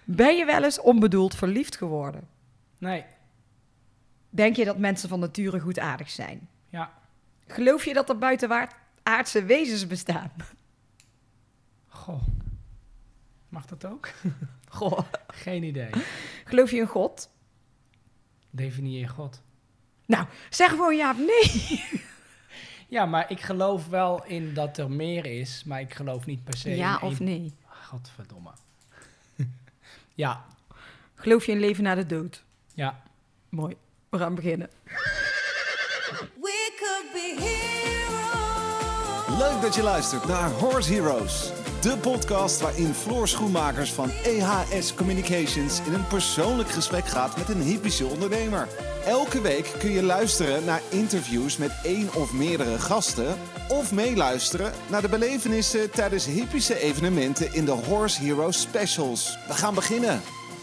Ben je wel eens onbedoeld verliefd geworden? Nee. Denk je dat mensen van nature goedaardig zijn? Ja. Geloof je dat er buitenaardse wezens bestaan? Goh. Mag dat ook? Goh. Geen idee. Geloof je in God? Definieer God. Nou, zeg gewoon ja of nee. Ja, maar ik geloof wel in dat er meer is, maar ik geloof niet per se Ja in of één... nee? Godverdomme. Ja. Geloof je in leven na de dood? Ja. Mooi. We gaan beginnen. We could be heroes. Leuk dat je luistert naar Horse Heroes. De podcast waarin Floor Schoenmakers van EHS Communications in een persoonlijk gesprek gaat met een hippische ondernemer. Elke week kun je luisteren naar interviews met één of meerdere gasten of meeluisteren naar de belevenissen tijdens hippische evenementen in de Horse Heroes Specials. We gaan beginnen.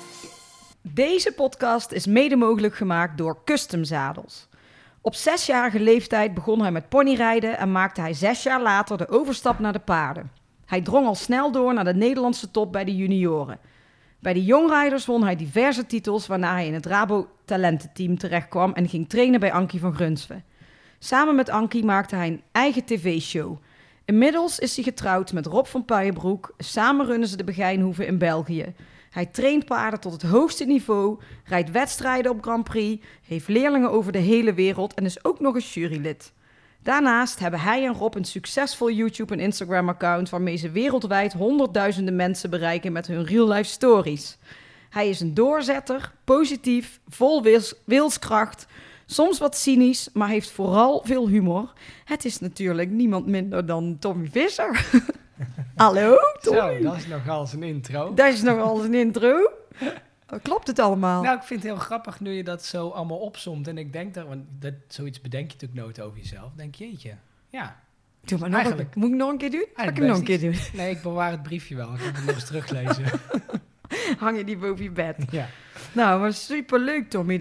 Deze podcast is mede mogelijk gemaakt door Custom Zadels. Op 6-jarige leeftijd begon hij met ponyrijden en maakte hij 6 jaar later de overstap naar de paarden. Hij drong al snel door naar de Nederlandse top bij de junioren. Bij de jongrijders won hij diverse titels, waarna hij in het Rabo talententeam terechtkwam en ging trainen bij Ankie van Grunsven. Samen met Ankie maakte hij een eigen tv-show. Inmiddels is hij getrouwd met Rob van Puijenbroek. Samen runnen ze de Begijnhoeve in België. Hij traint paarden tot het hoogste niveau, rijdt wedstrijden op Grand Prix, heeft leerlingen over de hele wereld en is ook nog eens jurylid. Daarnaast hebben hij en Rob een succesvol YouTube- en Instagram-account waarmee ze wereldwijd honderdduizenden mensen bereiken met hun real-life stories. Hij is een doorzetter, positief, vol wilskracht, soms wat cynisch, maar heeft vooral veel humor. Het is natuurlijk niemand minder dan Tommy Visser. Hallo, Tommy. Zo, dat is nogal eens een intro. Dat is nogal een intro. Klopt het allemaal? Nou, ik vind het heel grappig nu je dat zo allemaal opsomt. En ik denk want zoiets bedenk je natuurlijk nooit over jezelf. Denk jeetje, ja. Doe maar nog Eigenlijk- moet ik nog een keer doen? Zal ik hem best nog een keer iets. doen? Nee, ik bewaar het briefje wel. Ik kan het nog eens teruglezen. Hang je die boven je bed? Ja. Nou, maar superleuk, Tommy,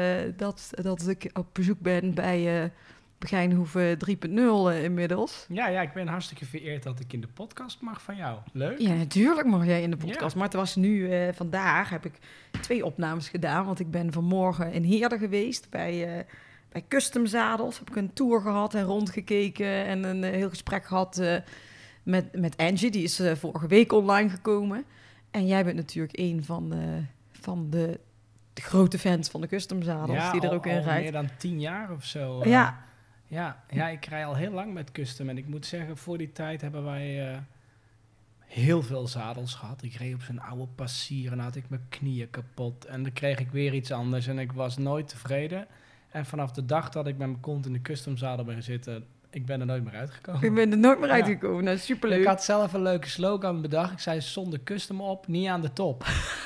dat ik op bezoek ben bij Begijnhoeve 3.0 inmiddels. Ja, ik ben hartstikke vereerd dat ik in de podcast mag van jou. Leuk. Ja, natuurlijk mag jij in de podcast. Ja. Maar het was nu, vandaag heb ik 2 opnames gedaan. Want ik ben vanmorgen in Heerden geweest bij Custom Zadels. Heb ik een tour gehad en rondgekeken en een heel gesprek gehad met Angie. Die is vorige week online gekomen. En jij bent natuurlijk een van de grote fans van de Custom Zadels die er ook in al rijdt. meer dan 10 jaar of zo. Ja. Ja, ik rij al heel lang met Custom. En ik moet zeggen, voor die tijd hebben wij heel veel zadels gehad. Ik reed op zo'n oude passier en had ik mijn knieën kapot. En dan kreeg ik weer iets anders en ik was nooit tevreden. En vanaf de dag dat ik met mijn kont in de Custom zadel ben zitten, ik ben er nooit meer uitgekomen. Ik ben er nooit meer Ja. uitgekomen. Dat is superleuk. Ik had zelf een leuke slogan bedacht. Ik zei, zonder Custom op, niet aan de top.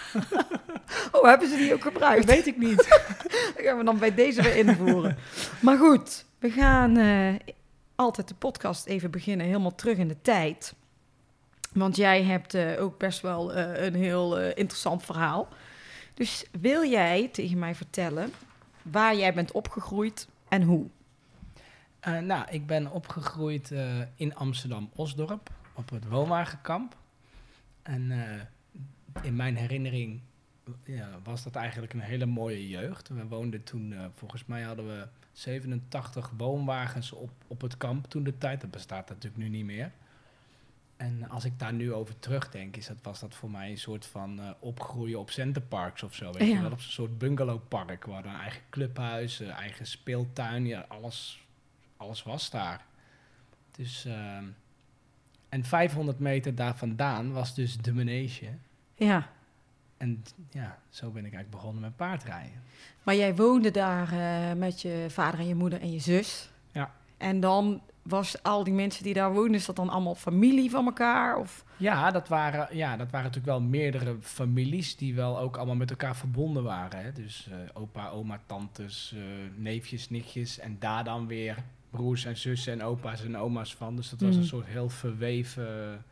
Oh, hebben ze die ook Dat gebruikt? weet ik niet. Dat gaan we dan bij deze weer invoeren. Maar goed, we gaan altijd de podcast even beginnen helemaal terug in de tijd. Want jij hebt ook best wel een heel interessant verhaal. Dus wil jij tegen mij vertellen waar jij bent opgegroeid en hoe? Nou, ik ben opgegroeid in Amsterdam-Osdorp op het woonwagenkamp. En in mijn herinnering was dat eigenlijk een hele mooie jeugd. We woonden toen, volgens mij hadden we 87 woonwagens op het kamp toen de tijd. Dat bestaat natuurlijk nu niet meer. En als ik daar nu over terugdenk, was dat voor mij een soort van opgroeien op Centerparks of zo. Weet je Ja. wel, op zo'n soort bungalowpark. We hadden een eigen clubhuis, eigen speeltuin, ja, alles was daar. Dus, en 500 meter daar vandaan was dus de manege. Ja, En ja, zo ben ik eigenlijk begonnen met paardrijden. maar jij woonde daar met je vader en je moeder en je zus. Ja. En dan was al die mensen die daar woonden, is dat dan allemaal familie van elkaar? Of? Ja, dat waren natuurlijk wel meerdere families die wel ook allemaal met elkaar verbonden waren. Hè? Dus opa, oma, tantes, neefjes, nichtjes en daar dan weer broers en zussen en opa's en oma's van. Dus dat was een soort heel verweven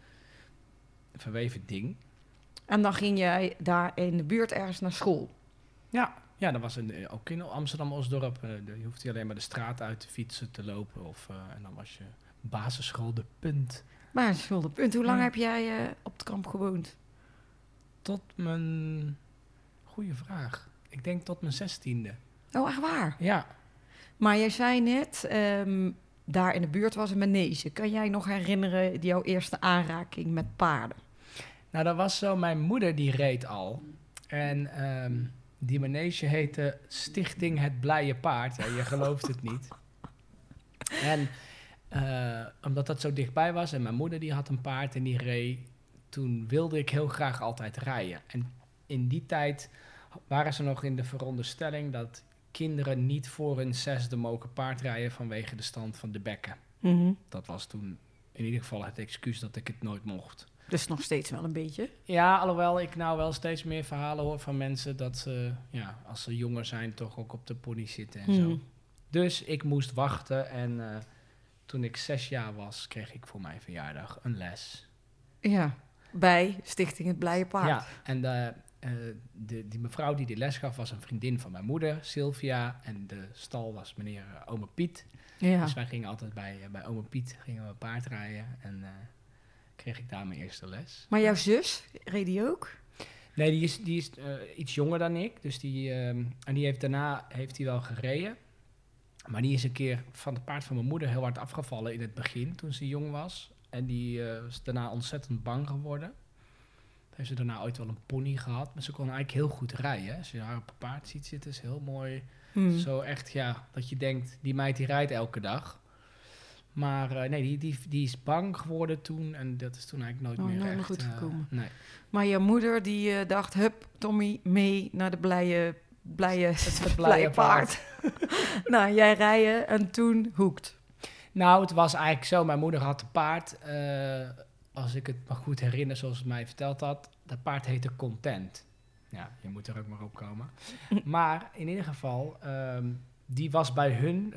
ding. En dan ging jij daar in de buurt ergens naar school. Ja, dat was ook in Amsterdam-Osdorp. Je hoefde alleen maar de straat uit te fietsen, te lopen. En dan was je basisschool de Punt. Maar school de punt. Hoe lang Ja. heb jij op het kamp gewoond? Tot mijn... Goeie vraag. Ik denk tot mijn 16e. Oh, echt waar? Ja. Maar jij zei net, daar in de buurt was een manege. Kan jij nog herinneren jouw eerste aanraking met paarden? Nou, dat was zo. Mijn moeder die reed al. En die manege heette Stichting Het Blije Paard. Ja, je gelooft het niet. En omdat dat zo dichtbij was en mijn moeder die had een paard en die reed, toen wilde ik heel graag altijd rijden. En in die tijd waren ze nog in de veronderstelling dat kinderen niet voor hun 6e mogen paardrijden vanwege de stand van de bekken. Dat was toen in ieder geval het excuus dat ik het nooit mocht. Dus nog steeds wel een beetje. Ja, alhoewel ik nou wel steeds meer verhalen hoor van mensen dat ze, ja, als ze jonger zijn, toch ook op de pony zitten en zo. Dus ik moest wachten en toen ik 6 jaar was, kreeg ik voor mijn verjaardag een les. Ja, bij Stichting Het Blije Paard. Ja, en die mevrouw die les gaf was een vriendin van mijn moeder, Sylvia. En de stal was meneer Ome Piet. Ja. Dus wij gingen altijd bij Ome Piet gingen we paardrijden en kreeg ik daar mijn eerste les. Maar jouw zus, reed die ook? Nee, die is iets jonger dan ik. Dus en die heeft daarna wel gereden. Maar die is een keer van het paard van mijn moeder heel hard afgevallen in het begin, toen ze jong was. En die is daarna ontzettend bang geworden. Heeft ze daarna ooit wel een pony gehad. Maar ze kon eigenlijk heel goed rijden. Als je haar op een paard ziet zitten, is heel mooi. Zo echt, ja, dat je denkt, die meid die rijdt elke dag. Maar nee, die is bang geworden toen. En dat is toen eigenlijk nooit meer echt goed gekomen. Nee. Maar je moeder die dacht, hup, Tommy, mee naar de blije Het blije paard. Nou, jij rijden en toen hoekt. Nou, het was eigenlijk zo. Mijn moeder had een paard. Als ik het me goed herinner, zoals het mij verteld had. Dat paard heette Content. Ja, je moet er ook maar op komen. Maar in ieder geval, die was bij hun...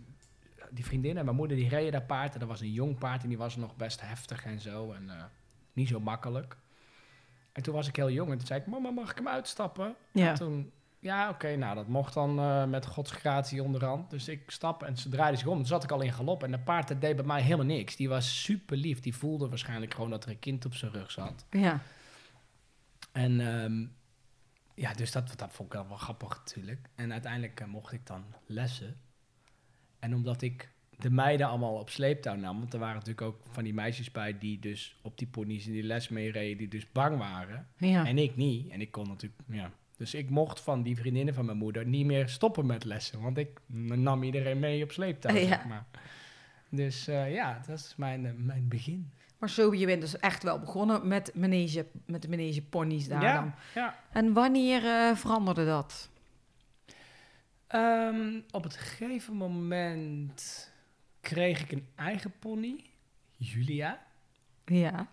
Die vriendin en mijn moeder, die reden dat paard. En dat was een jong paard en die was nog best heftig en zo. En niet zo makkelijk. En toen was ik heel jong en toen zei ik, mama, mag ik hem uitstappen? Ja. En toen... Ja, oké, nou, dat mocht dan met Gods gratie onderhand. Dus ik stap en ze draaide zich om. Toen zat ik al in galop en de paard dat deed bij mij helemaal niks. Die was super lief. Die voelde waarschijnlijk gewoon dat er een kind op zijn rug zat. Ja. En ja, dus dat vond ik wel grappig natuurlijk. En uiteindelijk mocht ik dan lessen. En omdat ik de meiden allemaal op sleeptouw nam, want er waren natuurlijk ook van die meisjes bij die dus op die ponies in die les mee reden, die dus bang waren. Ja. En ik niet. En ik kon natuurlijk, ja... Dus ik mocht van die vriendinnen van mijn moeder niet meer stoppen met lessen. Want ik nam iedereen mee op sleeptouw, Ja. zeg maar. Dus ja, dat is mijn begin. Maar zo, je bent dus echt wel begonnen met de manege ponies daar Ja, dan. ja. En wanneer veranderde dat? Op het gegeven moment kreeg ik een eigen pony, Julia. Ja.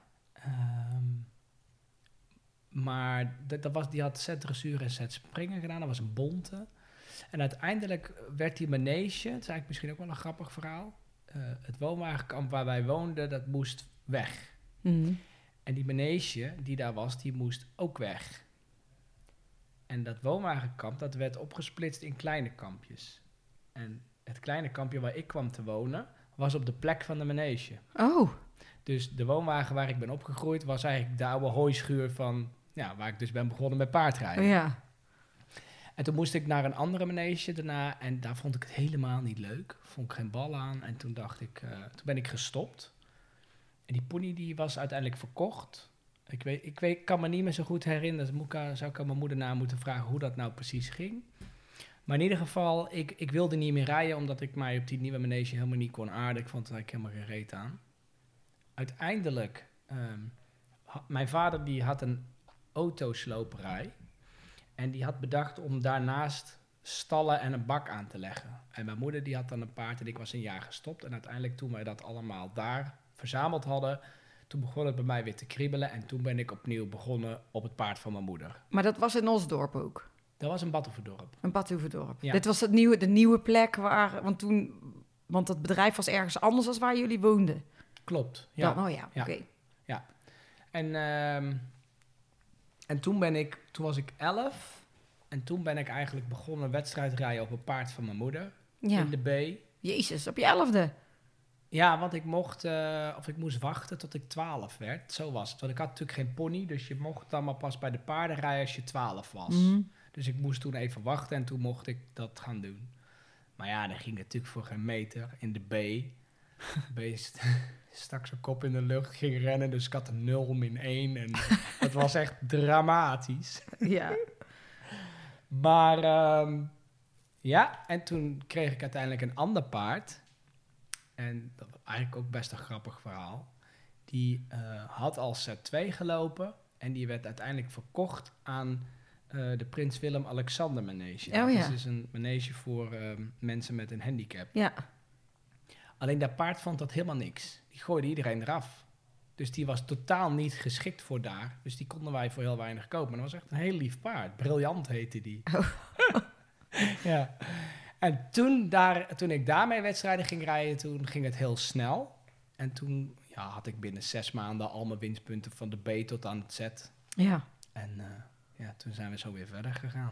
Maar die had zet dressuur en zet springen gedaan. Dat was een bonte. En uiteindelijk werd die manege, het is eigenlijk misschien ook wel een grappig verhaal. Het woonwagenkamp waar wij woonden, dat moest weg. En die manege die daar was, die moest ook weg. En dat woonwagenkamp, dat werd opgesplitst in kleine kampjes. En het kleine kampje waar ik kwam te wonen, was op de plek van de manege. Oh. Dus de woonwagen waar ik ben opgegroeid, was eigenlijk de oude hooischuur van, ja, waar ik dus ben begonnen met paardrijden. Ja. En toen moest ik naar een andere manege daarna en daar vond ik het helemaal niet leuk. Vond ik geen bal aan en toen dacht ik, toen ben ik gestopt. En die pony die was uiteindelijk verkocht. Ik kan me niet meer zo goed herinneren. Zou ik aan mijn moeder na moeten vragen hoe dat nou precies ging. Maar in ieder geval, ik wilde niet meer rijden omdat ik mij op die nieuwe manege helemaal niet kon aarden. Ik vond er eigenlijk helemaal geen reet aan. Uiteindelijk, mijn vader die had een autosloperij. En die had bedacht om daarnaast stallen en een bak aan te leggen. En mijn moeder die had dan een paard en ik was een jaar gestopt. En uiteindelijk toen wij dat allemaal daar verzameld hadden, toen begon het bij mij weer te kriebelen. En toen ben ik opnieuw begonnen op het paard van mijn moeder. Maar dat was in Osdorp ook? Dat was een Badhoevedorp. Een Badhoevedorp. Ja. Dit was de nieuwe plek waar, want dat bedrijf was ergens anders dan waar jullie woonden. Klopt, ja. Dan, oh ja, Ja. oké. Ja. En toen was ik 11. En toen ben ik eigenlijk begonnen wedstrijdrijden op een paard van mijn moeder. Ja. In de B. Jezus, op je 11e. Ja, want ik moest wachten tot ik 12 werd. Zo was het. Want ik had natuurlijk geen pony, dus je mocht dan maar pas bij de paarden rijden als je 12 was. Mhm. Dus ik moest toen even wachten en toen mocht ik dat gaan doen. Maar ja, dan ging het natuurlijk voor geen meter in de B. Beest stak zijn kop in de lucht, ging rennen, dus ik had een 0-1 en het was echt dramatisch. Ja. Maar ja, en toen kreeg ik uiteindelijk een ander paard. En dat was eigenlijk ook best een grappig verhaal. Die had al set 2 gelopen en die werd uiteindelijk verkocht aan de Prins Willem-Alexander manege. Oh, Dat ja. is dus een manege voor mensen met een handicap. Ja. Alleen dat paard vond dat helemaal niks. Die gooide iedereen eraf. Dus die was totaal niet geschikt voor daar. Dus die konden wij voor heel weinig kopen. Maar dat was echt een heel lief paard. Briljant heette die. Oh. Ja. En toen ik daarmee wedstrijden ging rijden, toen ging het heel snel. En toen had ik binnen 6 maanden al mijn winstpunten van de B tot aan het Z. Ja. En toen zijn we zo weer verder gegaan.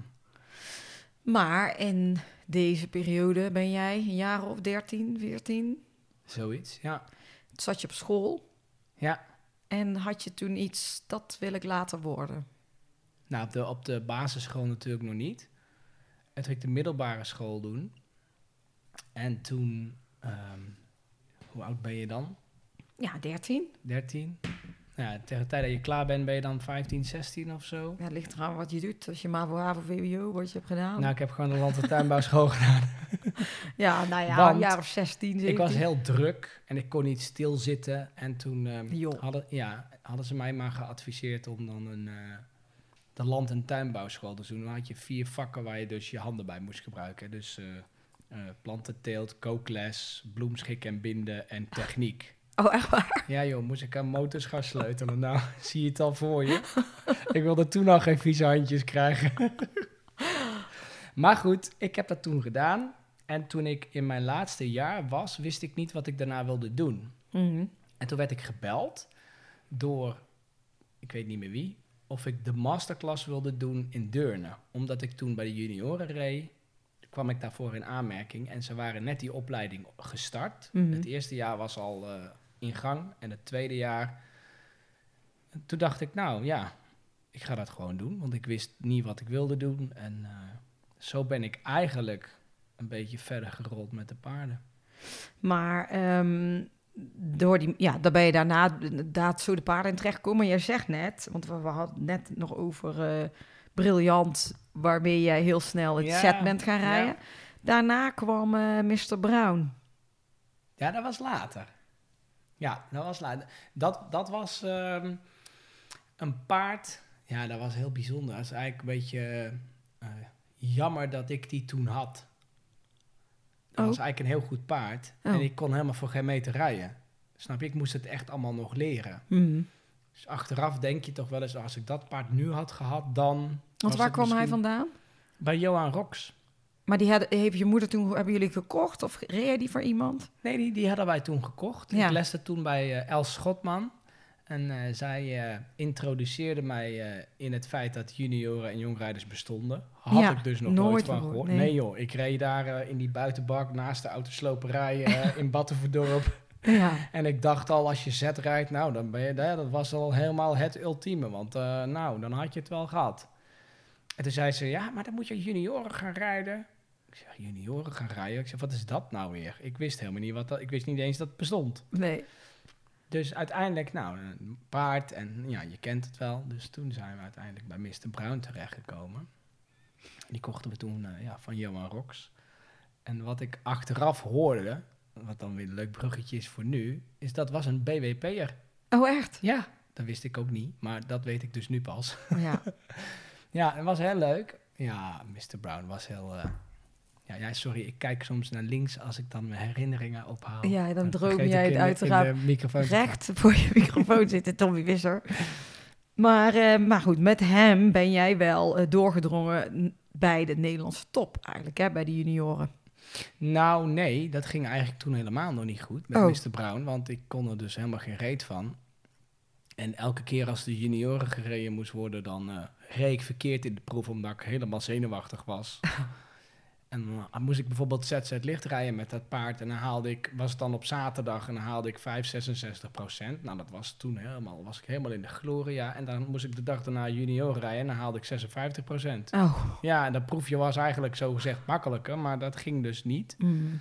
Maar in deze periode ben jij een jaar of 13, 14. Zoiets, ja. Toen zat je op school. Ja. En had je toen iets, dat wil ik later worden? Nou, op de basisschool natuurlijk nog niet. En toen ging ik de middelbare school doen. En toen, hoe oud ben je dan? Ja, 13. 13? Ja, tegen de tijd dat je klaar bent, ben je dan 15, 16 of zo? Ja, het ligt eraan wat je doet. Als je MAVO, HAVO, VWO, wat je hebt gedaan. Nou, ik heb gewoon de land- en tuinbouwschool gedaan. Ja, nou ja, Want een jaar of 16, 17. Ik was heel druk en ik kon niet stilzitten. En toen Joh. hadden ze mij maar geadviseerd om dan de land- en tuinbouwschool te doen. Dan had je 4 vakken waar je dus je handen bij moest gebruiken. Dus plantenteelt, kookles, bloemschik en binden en techniek. Oh, echt waar? Ja joh, moest ik aan motors gaan sleutelen. Nou, zie je het al voor je. Ik wilde toen al geen vieze handjes krijgen. Maar goed, ik heb dat toen gedaan. En toen ik in mijn laatste jaar was, wist ik niet wat ik daarna wilde doen. Mhm. En toen werd ik gebeld door, ik weet niet meer wie, of ik de masterclass wilde doen in Deurne. Omdat ik toen bij de junioren reed, kwam ik daarvoor in aanmerking. En ze waren net die opleiding gestart. Mhm. Het eerste jaar was al in gang. En het tweede jaar, toen dacht ik, nou ja, ik ga dat gewoon doen. Want ik wist niet wat ik wilde doen. En zo ben ik eigenlijk een beetje verder gerold met de paarden. Maar daar ben je daarna inderdaad zo de paarden in terechtgekomen. Maar jij zegt net, want we hadden het net nog over Briljant, waarmee jij heel snel het Ja, set bent gaan rijden. ja. Daarna kwam Mr. Brown. Ja, dat was later. Ja, dat was later. Dat was een paard. Ja, dat was heel bijzonder. Dat is eigenlijk een beetje jammer dat ik die toen had. Dat was eigenlijk een heel goed paard. Oh. En ik kon helemaal voor geen meter rijden. Snap je? Ik moest het echt allemaal nog leren. Mhm. Dus achteraf denk je toch wel eens, als ik dat paard nu had gehad, dan... Want was waar het kwam hij misschien- vandaan? Bij Johan Rox. Maar heeft je moeder toen, hebben jullie gekocht of reed jij die voor iemand? Nee, die hadden wij toen gekocht. Ja. Ik leste toen bij Els Schotman. En zij introduceerde mij in het feit dat junioren en jongrijders bestonden. Had Ja, ik dus nog nooit nooit van gehoord, gehoord. nee. Nee joh, ik reed daar in die buitenbak naast de autosloperij in Battenverdorp. Ja. En ik dacht al, als je Z rijdt, nou, dan ben je daar. Dat was al helemaal het ultieme, want nou, dan had je het wel gehad. En toen zei ze, ja, maar dan moet je junioren gaan rijden. Ik zeg, junioren gaan rijden? Ik zeg, wat is dat nou weer? Ik wist helemaal niet wat dat... Ik wist niet eens dat het bestond. Nee. Dus uiteindelijk, nou, een paard en ja, je kent het wel. Dus toen zijn we uiteindelijk bij Mr. Brown terechtgekomen. Die kochten we toen van Johan Rox. En wat ik achteraf hoorde, wat dan weer een leuk bruggetje is voor nu, is dat was een BWP'er. Oh, echt? Ja, dat wist ik ook niet, maar dat weet ik dus nu pas. Ja. Ja, het was heel leuk. Ja, Mr. Brown was heel... Ja, sorry, ik kijk soms naar links als ik dan mijn herinneringen ophaal. Ja, dan droom vergeet jij ik het in de- uiteraard in de microfoon. recht voor je microfoon zitten, Tommy Visser. Maar goed, met hem ben jij wel doorgedrongen bij de Nederlandse top eigenlijk, hè, bij de junioren. Nou, nee, dat ging eigenlijk toen helemaal nog niet goed met Oh. Mr. Brown, want ik kon er dus helemaal geen reet van. En elke keer als de junioren gereden moest worden, dan reed ik verkeerd in de proef, omdat ik helemaal zenuwachtig was. En dan moest ik bijvoorbeeld ZZ Licht rijden met dat paard. En dan was het dan op zaterdag en dan haalde ik 5,66%. Nou, dat was toen was ik helemaal in de gloria. En dan moest ik de dag daarna junior rijden en dan haalde ik 56%. Oh. Ja, en dat proefje was eigenlijk zogezegd makkelijker, maar dat ging dus niet. Mm.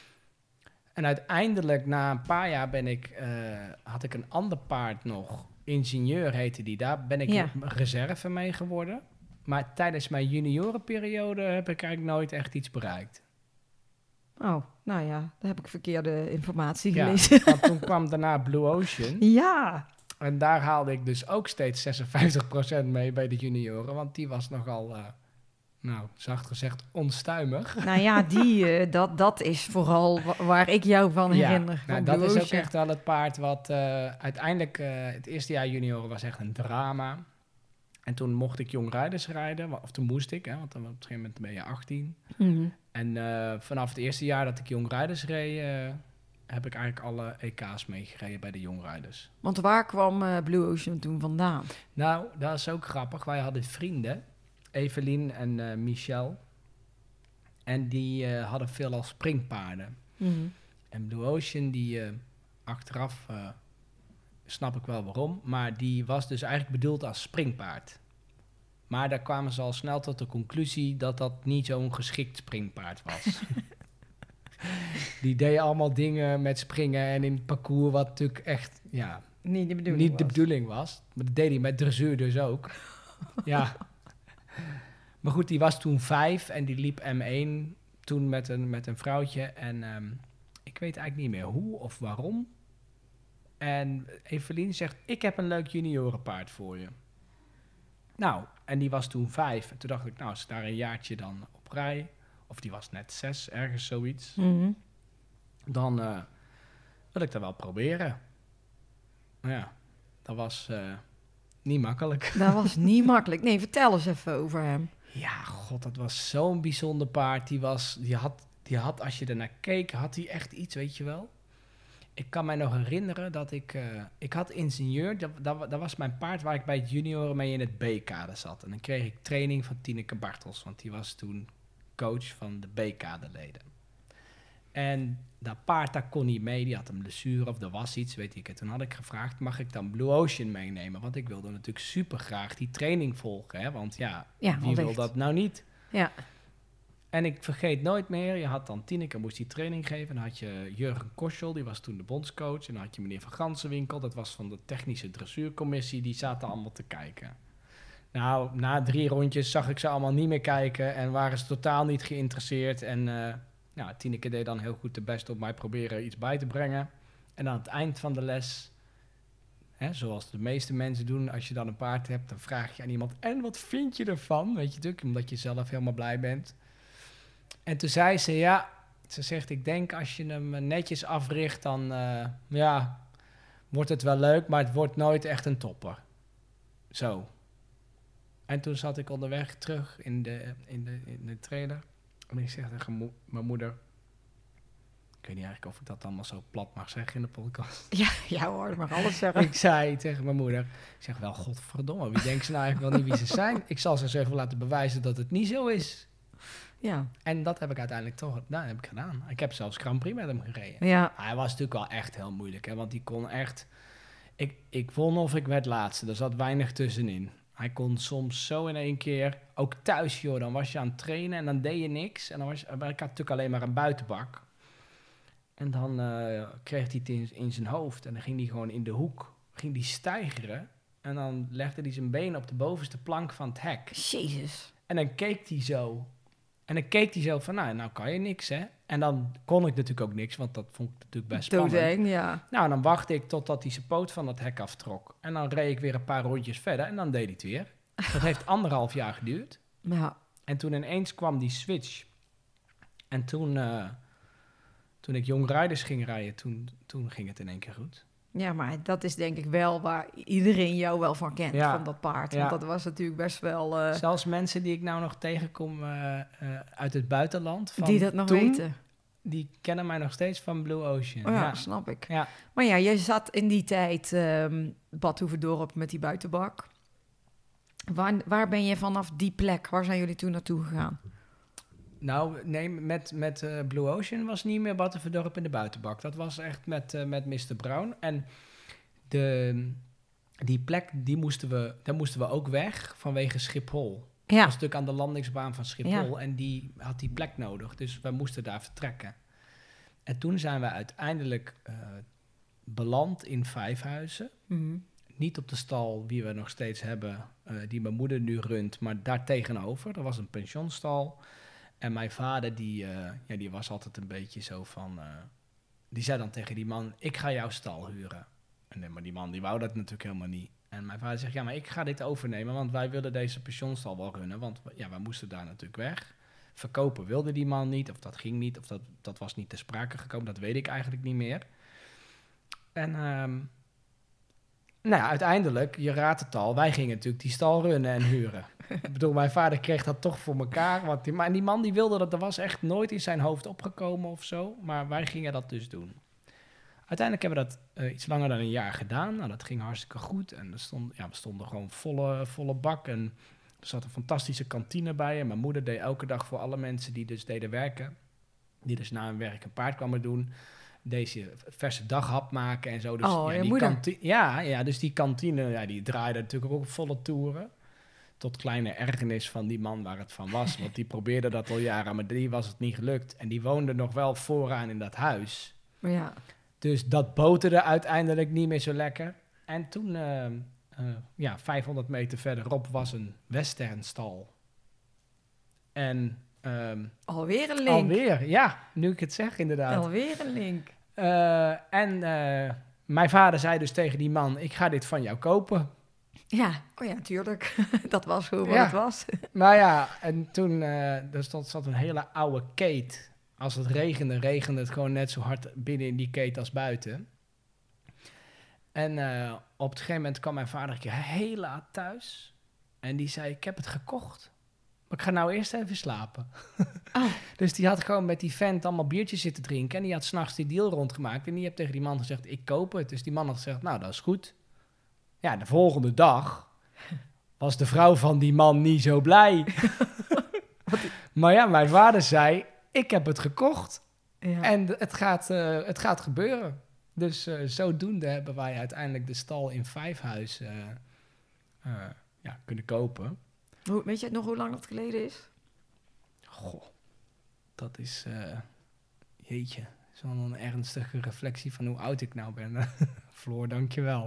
En uiteindelijk, na een paar jaar, had ik een ander paard nog. Ingenieur heette die. Daar ben ik reserve mee geworden. Maar tijdens mijn juniorenperiode heb ik eigenlijk nooit echt iets bereikt. Oh, nou ja, daar heb ik verkeerde informatie Ja, gelezen. want toen kwam daarna Blue Ocean. Ja. En daar haalde ik dus ook steeds 56% mee bij de junioren. Want die was nogal, zacht gezegd, onstuimig. Nou ja, dat is vooral waar ik jou van herinner. Nou, van dat Blue is ook Ocean. echt wel het paard wat uiteindelijk... het eerste jaar junioren was echt een drama. En toen mocht ik jong rijders rijden. Of toen moest ik, want dan op een gegeven moment ben je 18. Mhm. En vanaf het eerste jaar dat ik jong rijders reed... heb ik eigenlijk alle EK's meegereden bij de jong rijders. Want waar kwam Blue Ocean toen vandaan? Nou, dat is ook grappig. Wij hadden vrienden, Evelien en Michel. En die hadden veelal springpaarden. Mhm. En Blue Ocean, die achteraf snap ik wel waarom, maar die was dus eigenlijk bedoeld als springpaard. Maar daar kwamen ze al snel tot de conclusie dat dat niet zo'n geschikt springpaard was. Die deed allemaal dingen met springen en in het parcours wat natuurlijk echt Niet de bedoeling. niet de bedoeling was. Maar dat deed hij met dressuur dus ook. Ja. Maar goed, die was toen 5 en die liep M1 toen met een vrouwtje. En ik weet eigenlijk niet meer hoe of waarom. En Evelien zegt, ik heb een leuk juniorenpaard voor je. Nou, en die was toen 5. En toen dacht ik, nou, als ik daar een jaartje dan op rij... of die was net 6, ergens zoiets... Mhm. dan wil ik dat wel proberen. Nou ja, dat was niet makkelijk. Dat was niet makkelijk. Nee, vertel eens even over hem. Ja, god, dat was zo'n bijzonder paard. Die had, als je ernaar keek, had hij echt iets, weet je wel. Ik kan mij nog herinneren dat ik had Ingenieur, dat was mijn paard waar ik bij het junioren mee in het B-kade zat. En dan kreeg ik training van Tineke Bartels, want die was toen coach van de B-kadeleden. En dat paard, daar kon niet mee, die had een blessure of er was iets, weet ik het. Toen had ik gevraagd, mag ik dan Blue Ocean meenemen? Want ik wilde natuurlijk super graag die training volgen, hè? Want ja wie wil wellicht. dat nou niet? Ja. En ik vergeet nooit meer, je had dan Tineke, moest die training geven. En dan had je Jurgen Koschel, die was toen de bondscoach. En dan had je meneer Van Gansenwinkel, dat was van de technische dressuurcommissie. Die zaten allemaal te kijken. Nou, na 3 rondjes zag ik ze allemaal niet meer kijken en waren ze totaal niet geïnteresseerd. En Tineke deed dan heel goed de best op mij proberen iets bij te brengen. En aan het eind van de les, zoals de meeste mensen doen, als je dan een paard hebt, dan vraag je aan iemand, en wat vind je ervan? Weet je natuurlijk, omdat je zelf helemaal blij bent. En toen zei ze, ze zegt, ik denk als je hem netjes africht, dan wordt het wel leuk, maar het wordt nooit echt een topper. Zo. En toen zat ik onderweg terug in de trailer. En ik zeg tegen mijn moeder, ik weet niet eigenlijk of ik dat allemaal zo plat mag zeggen in de podcast. Ja hoor, ik mag alles zeggen. Ik zei tegen mijn moeder, ik zeg wel, godverdomme, wie denkt ze nou eigenlijk wel niet wie ze zijn? Ik zal ze eens even laten bewijzen dat het niet zo is. Ja. En dat heb ik uiteindelijk toch gedaan. Ik heb zelfs Grand Prix met hem gereden. Ja. Hij was natuurlijk wel echt heel moeilijk, want die kon echt... Ik won of ik werd laatste, er zat weinig tussenin. Hij kon soms zo in één keer, ook thuis joh, dan was je aan het trainen en dan deed je niks. En ik had natuurlijk alleen maar een buitenbak. En dan kreeg hij het in zijn hoofd en dan ging hij gewoon in de hoek, ging hij steigeren. En dan legde hij zijn been op de bovenste plank van het hek. Jezus. En dan keek hij zo. En dan keek hij zo van, nou kan je niks, hè. En dan kon ik natuurlijk ook niks, want dat vond ik natuurlijk best spannend. Doodeng, ja. Nou, dan wachtte ik totdat hij zijn poot van dat hek aftrok. En dan reed ik weer een paar rondjes verder en dan deed hij het weer. Dat heeft 1,5 jaar geduurd. Ja. En toen ineens kwam die switch. En toen ik jong rijders ging rijden, toen ging het in één keer goed. Ja, maar dat is denk ik wel waar iedereen jou wel van kent, Ja. van dat paard. Ja. Want dat was natuurlijk best wel... Zelfs mensen die ik nou nog tegenkom uit het buitenland. Van die dat nog toen, weten. Die kennen mij nog steeds van Blue Ocean. Oh ja, snap ik. Ja. Maar ja, je zat in die tijd Bad Hoeverdorp met die buitenbak. Waar ben je vanaf die plek, waar zijn jullie toen naartoe gegaan? Nou, nee, met Blue Ocean was niet meer Battenverdorp in de buitenbak. Dat was echt met Mr. Brown. En die plek, daar moesten we ook weg vanwege Schiphol. Dat Ja. was natuurlijk aan de landingsbaan van Schiphol. En die had die plek nodig. Dus wij moesten daar vertrekken. En toen zijn we uiteindelijk beland in Vijfhuizen. Mhm. Niet op de stal die we nog steeds hebben, die mijn moeder nu runt, maar daar tegenover. Dat was een pensionstal. En mijn vader, die was altijd een beetje zo van... die zei dan tegen die man, ik ga jouw stal huren. Maar die man die wou dat natuurlijk helemaal niet. En mijn vader zegt, ja, maar ik ga dit overnemen, want wij willen deze pensionstal wel runnen. Want ja, wij moesten daar natuurlijk weg. Verkopen wilde die man niet, of dat ging niet, of dat was niet ter sprake gekomen. Dat weet ik eigenlijk niet meer. En... nou ja, uiteindelijk, je raadt het al, wij gingen natuurlijk die stal runnen en huren. Ik bedoel, mijn vader kreeg dat toch voor elkaar. Want die man die wilde dat, was echt nooit in zijn hoofd opgekomen of zo. Maar wij gingen dat dus doen. Uiteindelijk hebben we dat iets langer dan een jaar gedaan. Nou, dat ging hartstikke goed. En we stonden gewoon volle bak. En er zat een fantastische kantine bij. En mijn moeder deed elke dag voor alle mensen die dus deden werken. Die dus na hun werk een paard kwamen doen. Deze verse daghap maken en zo. Dus, je die moeder. dus die kantine, die draaide natuurlijk ook op volle toeren. Tot kleine ergernis van die man waar het van was. Want die probeerde dat al jaren, maar die was het niet gelukt. En die woonde nog wel vooraan in dat huis. Ja. Dus dat boterde uiteindelijk niet meer zo lekker. En toen, 500 meter verderop was een westernstal. En... Alweer een link. alweer, ja, nu ik het zeg inderdaad. Alweer een link. Mijn vader zei dus tegen die man, ik ga dit van jou kopen. Ja, oh ja, tuurlijk. Dat was hoe Ja. het was. Maar ja, en toen zat een hele oude keet. Als het regende het gewoon net zo hard binnen in die keet als buiten. En op het gegeven moment kwam mijn vader een keer heel laat thuis. En die zei, ik heb het gekocht. Maar ik ga nou eerst even slapen. Oh. Dus die had gewoon met die vent allemaal biertjes zitten drinken. En die had 's nachts die deal rondgemaakt. En die heeft tegen die man gezegd, ik koop het. Dus die man had gezegd, nou, dat is goed. Ja, de volgende dag was de vrouw van die man niet zo blij. Maar ja, mijn vader zei, ik heb het gekocht. Ja. En het gaat gebeuren. Dus zodoende hebben wij uiteindelijk de stal in Vijfhuizen kunnen kopen. Weet je nog hoe lang dat geleden is? Goh, dat is... jeetje, dat is wel een ernstige reflectie van hoe oud ik nou ben. Floor, dankjewel.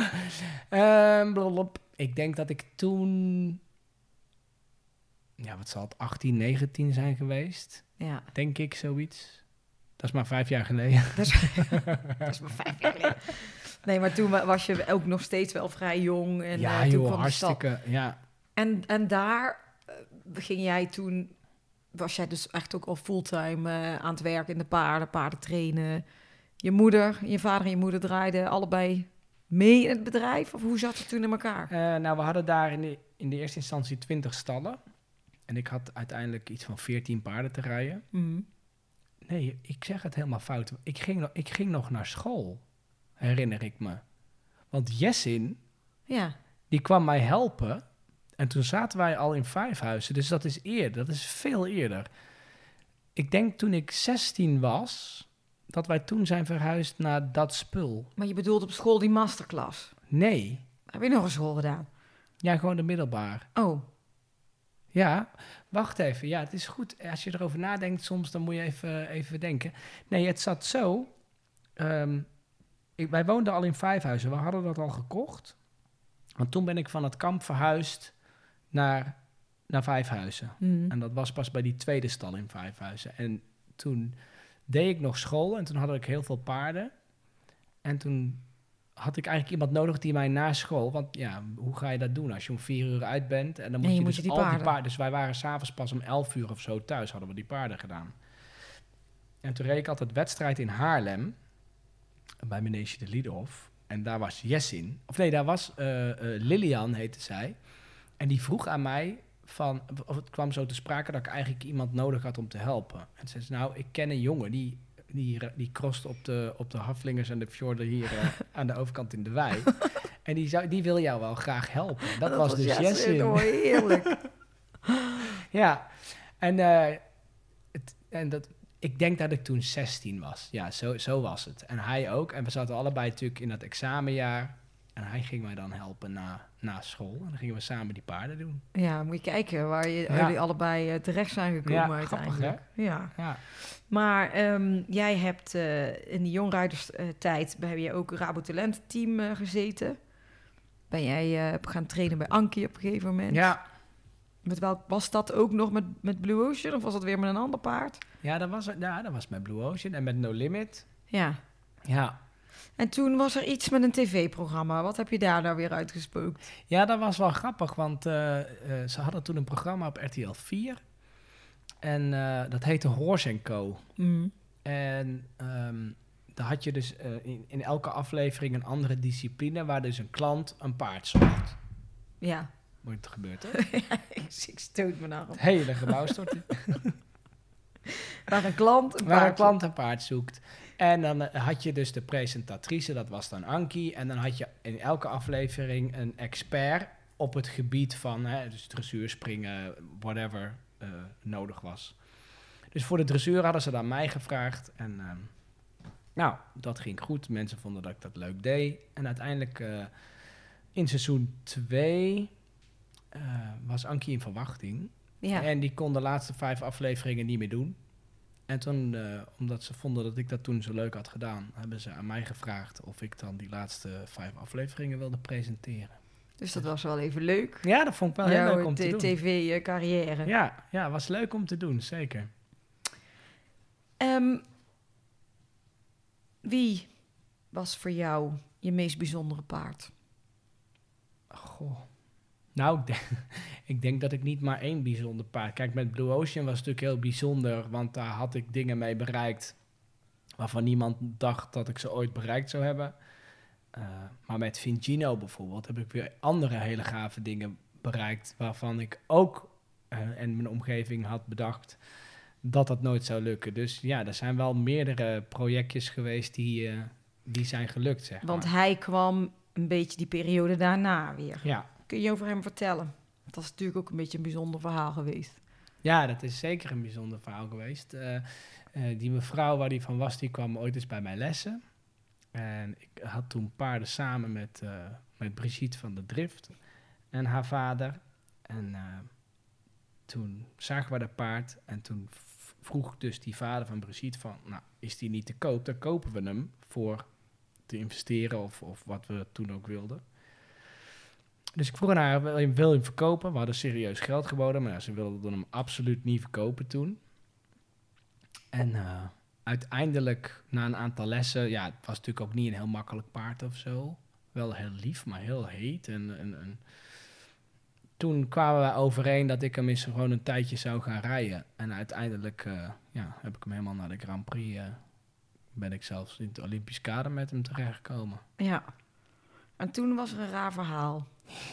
Ik denk dat ik toen... Ja, wat zal het? 18, 19 zijn geweest? Ja, Denk ik, zoiets. Dat is maar 5 jaar geleden. dat is maar 5 jaar geleden. Nee, maar toen was je ook nog steeds wel vrij jong. En, Ja, toen joh, kwam de stad. hartstikke... Ja. En daar ging jij toen... Was jij dus echt ook al fulltime aan het werk in de paarden trainen. Je vader en je moeder draaiden allebei mee in het bedrijf? Of hoe zat het toen in elkaar? Nou, we hadden daar in de eerste instantie 20 stallen. En ik had uiteindelijk iets van 14 paarden te rijden. Mhm. Nee, ik zeg het helemaal fout. Ik ging nog naar school, herinner ik me. Want Jessin, Ja, die kwam mij helpen. En toen zaten wij al in Vijfhuizen. Dus dat is eerder, dat is veel eerder. Ik denk toen ik 16 was, dat wij toen zijn verhuisd naar dat spul. maar je bedoelt op school die masterclass. Nee, Heb je nog een school gedaan? ja, gewoon de middelbaar. Oh, Ja, wacht even. Ja, het is goed. Als je erover nadenkt soms, dan moet je even denken. Nee, het zat zo. Wij woonden al in Vijfhuizen. We hadden dat al gekocht. Want toen ben ik van het kamp verhuisd naar Vijfhuizen. mhm. En dat was pas bij die tweede stal in Vijfhuizen. En toen deed ik nog school en toen had ik heel veel paarden. En toen had ik eigenlijk iemand nodig die mij na school... Want ja, hoe ga je dat doen als je om 4 uur uit bent? En dan moet En je je dus moet je al die die paarden. paarden... Dus wij waren s'avonds pas om 11 uur of zo thuis, hadden we die paarden gedaan. En toen reed ik altijd wedstrijd in Haarlem. Bij meneertje de Liederhof. En daar was Jessin. Of nee, daar was Lilian, heette zij. En die vroeg aan mij... Of het kwam zo te sprake dat ik eigenlijk iemand nodig had om te helpen. En ze zei, nou, ik ken een jongen die crost op de Haflingers en de fjorden hier aan de overkant in de wei. En die wil jou wel graag helpen. Dat was dus Jessin. Oh, heerlijk. Ja, en En ik denk dat ik toen 16 was. Ja, zo was het. En hij ook. En we zaten allebei natuurlijk in dat examenjaar. En hij ging mij dan helpen na school. En dan gingen we samen die paarden doen. Ja, moet je kijken waar jullie allebei terecht zijn gekomen Ja, uiteindelijk. grappig, Ja. Ja. Maar jij hebt in de jongrijderstijd heb je ook Rabotalent team gezeten. Ben jij gaan trainen bij Ankie op een gegeven moment? Ja. Met welk was dat ook nog met Blue Ocean of was dat weer met een ander paard? Ja, dat was met Blue Ocean en met No Limit. Ja. Ja. En toen was er iets met een tv-programma. Wat heb je daar nou weer uitgespookt? Ja, dat was wel grappig, want ze hadden toen een programma op RTL 4. En dat heette Horse & Co. En daar had je dus in elke aflevering een andere discipline... waar dus een klant een paard zocht. Ja. Moet het gebeurd, hè? Ik stoot me naar op. Het hele gebouw stort in. Waar een klant Waar een klant een paard zoekt. En dan had je dus de presentatrice, dat was dan Ankie. En dan had je in elke aflevering een expert op het gebied van... dus dressuur, springen, whatever nodig was. Dus voor de dressuur hadden ze dan mij gevraagd. En nou, dat ging goed. Mensen vonden dat ik dat leuk deed. En uiteindelijk in seizoen 2 was Ankie in verwachting. Ja. En die kon de laatste 5 afleveringen niet meer doen. En toen, omdat ze vonden dat ik dat toen zo leuk had gedaan... hebben ze aan mij gevraagd of ik dan die laatste 5 afleveringen wilde presenteren. Dus dat was wel even leuk. Ja, dat vond ik wel heel leuk om te doen. tv-carrière. Ja, was leuk om te doen, zeker. Wie was voor jou je meest bijzondere paard? Goh. Nou, ik denk dat ik niet maar één bijzonder paard... Kijk, met Blue Ocean was het natuurlijk heel bijzonder... want daar had ik dingen mee bereikt... waarvan niemand dacht dat ik ze ooit bereikt zou hebben. Maar met Vincino bijvoorbeeld... heb ik weer andere hele gave dingen bereikt... waarvan ik ook en mijn omgeving had bedacht... dat dat nooit zou lukken. Dus ja, er zijn wel meerdere projectjes geweest... die zijn gelukt, zeg maar. Want hij kwam een beetje die periode daarna weer. Ja. Kun je over hem vertellen? Dat is natuurlijk ook een beetje een bijzonder verhaal geweest. Ja, dat is zeker een bijzonder verhaal geweest. Die mevrouw waar die van was, die kwam ooit eens bij mij lessen. En ik had toen paarden samen met Brigitte van de Drift en haar vader. En toen zagen we dat paard en toen vroeg dus die vader van Brigitte van... nou, is die niet te koop? Dan kopen we hem voor te investeren of wat we toen ook wilden. Dus ik vroeg aan haar, wil je hem verkopen? We hadden serieus geld geboden, maar ze wilden hem absoluut niet verkopen toen. En uiteindelijk, na een aantal lessen... ja, het was natuurlijk ook niet een heel makkelijk paard of zo. Wel heel lief, maar heel heet. En toen kwamen we overeen dat ik hem eens gewoon een tijdje zou gaan rijden. En uiteindelijk heb ik hem helemaal naar de Grand Prix... ben ik zelfs in het Olympisch kader met hem terechtgekomen. Ja. En toen was er een raar verhaal.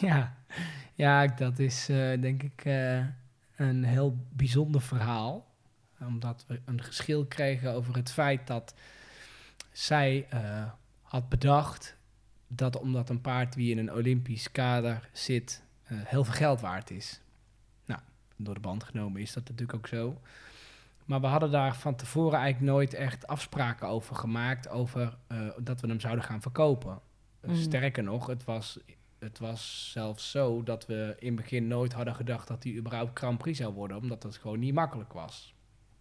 Ja, dat is denk ik een heel bijzonder verhaal. Omdat we een geschil kregen over het feit dat zij had bedacht... dat omdat een paard wie in een Olympisch kader zit heel veel geld waard is. Nou, door de band genomen is dat natuurlijk ook zo. Maar we hadden daar van tevoren eigenlijk nooit echt afspraken over gemaakt... over dat we hem zouden gaan verkopen. Sterker nog, het was zelfs zo dat we in het begin nooit hadden gedacht... dat hij überhaupt Grand Prix zou worden, omdat het gewoon niet makkelijk was.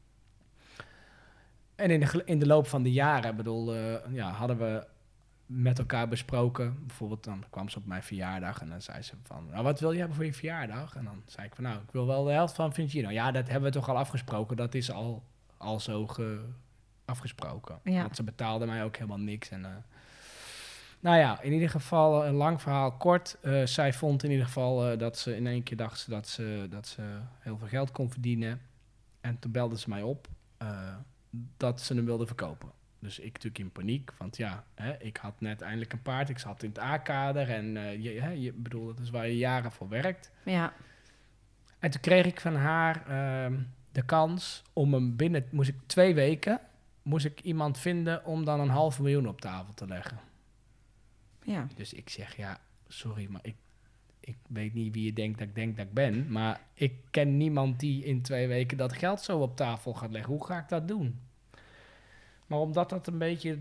En in de loop van de jaren, hadden we met elkaar besproken... bijvoorbeeld dan kwam ze op mijn verjaardag en dan zei ze van... nou, wat wil je hebben voor je verjaardag? En dan zei ik van, nou, ik wil wel de helft van Vincino. Ja, dat hebben we toch al afgesproken, dat is al zo afgesproken. Ja. Want ze betaalde mij ook helemaal niks en... Nou ja, in ieder geval, een lang verhaal kort. Zij vond in ieder geval dat ze in één keer dacht dat ze heel veel geld kon verdienen. En toen belde ze mij op dat ze hem wilde verkopen. Dus ik natuurlijk in paniek, want ik had net eindelijk een paard. Ik zat in het A-kader en dat is waar je jaren voor werkt. Ja. En toen kreeg ik van haar de kans om hem moest ik 2 weken, iemand vinden om dan 500.000 op tafel te leggen. Ja. Dus ik zeg, ja, sorry, maar ik weet niet wie je denkt dat ik ben, maar ik ken niemand die in 2 weken dat geld zo op tafel gaat leggen. Hoe ga ik dat doen? Maar omdat dat een beetje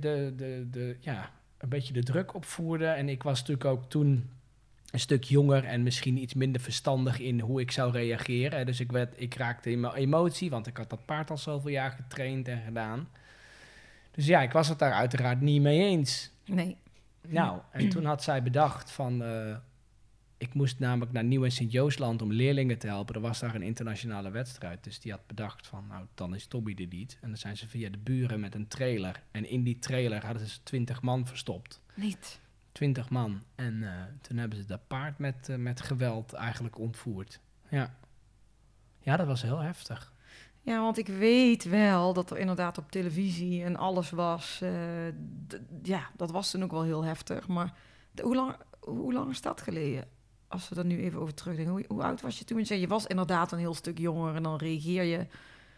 een beetje de druk opvoerde en ik was natuurlijk ook toen een stuk jonger en misschien iets minder verstandig in hoe ik zou reageren. Hè. Dus ik raakte in mijn emotie, want ik had dat paard al zoveel jaar getraind en gedaan. Dus ja, ik was het daar uiteraard niet mee eens. Nee. Nou, en toen had zij bedacht van... ik moest namelijk naar Nieuw- en Sint-Joosland om leerlingen te helpen. Er was daar een internationale wedstrijd. Dus die had bedacht van, nou, dan is Tommy er niet. En dan zijn ze via de buren met een trailer. En in die trailer hadden ze 20 man verstopt. Niet. 20 man. En toen hebben ze dat paard met geweld eigenlijk ontvoerd. Ja. Ja, dat was heel heftig. Ja, want ik weet wel dat er inderdaad op televisie en alles was. Ja, dat was toen ook wel heel heftig. Maar hoe lang is dat geleden? Als we er nu even over terugdenken. Hoe oud was je toen? Je was inderdaad een heel stuk jonger en dan reageer je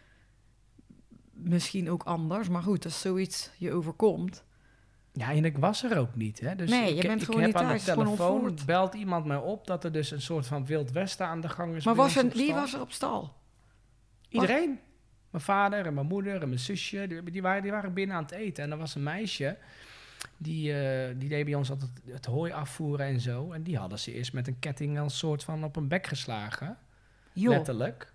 misschien ook anders. Maar goed, als zoiets je overkomt. Ja, en ik was er ook niet. Hè? Dus Nee, je bent gewoon niet thuis, aan de gewoon telefoon ontvoerd. belt iemand mij op dat er dus een soort van Wild Westen aan de gang is. Maar bij ons op wie stal. was er op stal? Iedereen. Mijn vader en mijn moeder en mijn zusje, die waren binnen aan het eten. En er was een meisje, die deed bij ons altijd het hooi afvoeren en zo. En die hadden ze eerst met een ketting als soort van op een bek geslagen. Joh. Letterlijk.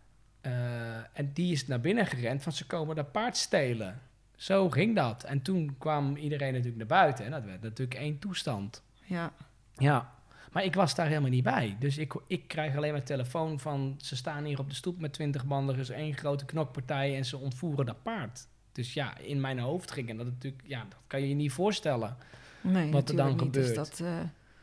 En die is naar binnen gerend van ze komen dat paard stelen. Zo ging dat. En toen kwam iedereen natuurlijk naar buiten. En dat werd natuurlijk 1 toestand. Ja. Ja, maar ik was daar helemaal niet bij. Dus ik krijg alleen maar telefoon van... ze staan hier op de stoep met 20 man, er is 1 grote knokpartij... en ze ontvoeren dat paard. Dus ja, in mijn hoofd ging en dat natuurlijk... ja, dat kan je je niet voorstellen. Nee, Wat er dan natuurlijk niet. gebeurt. Dus dat,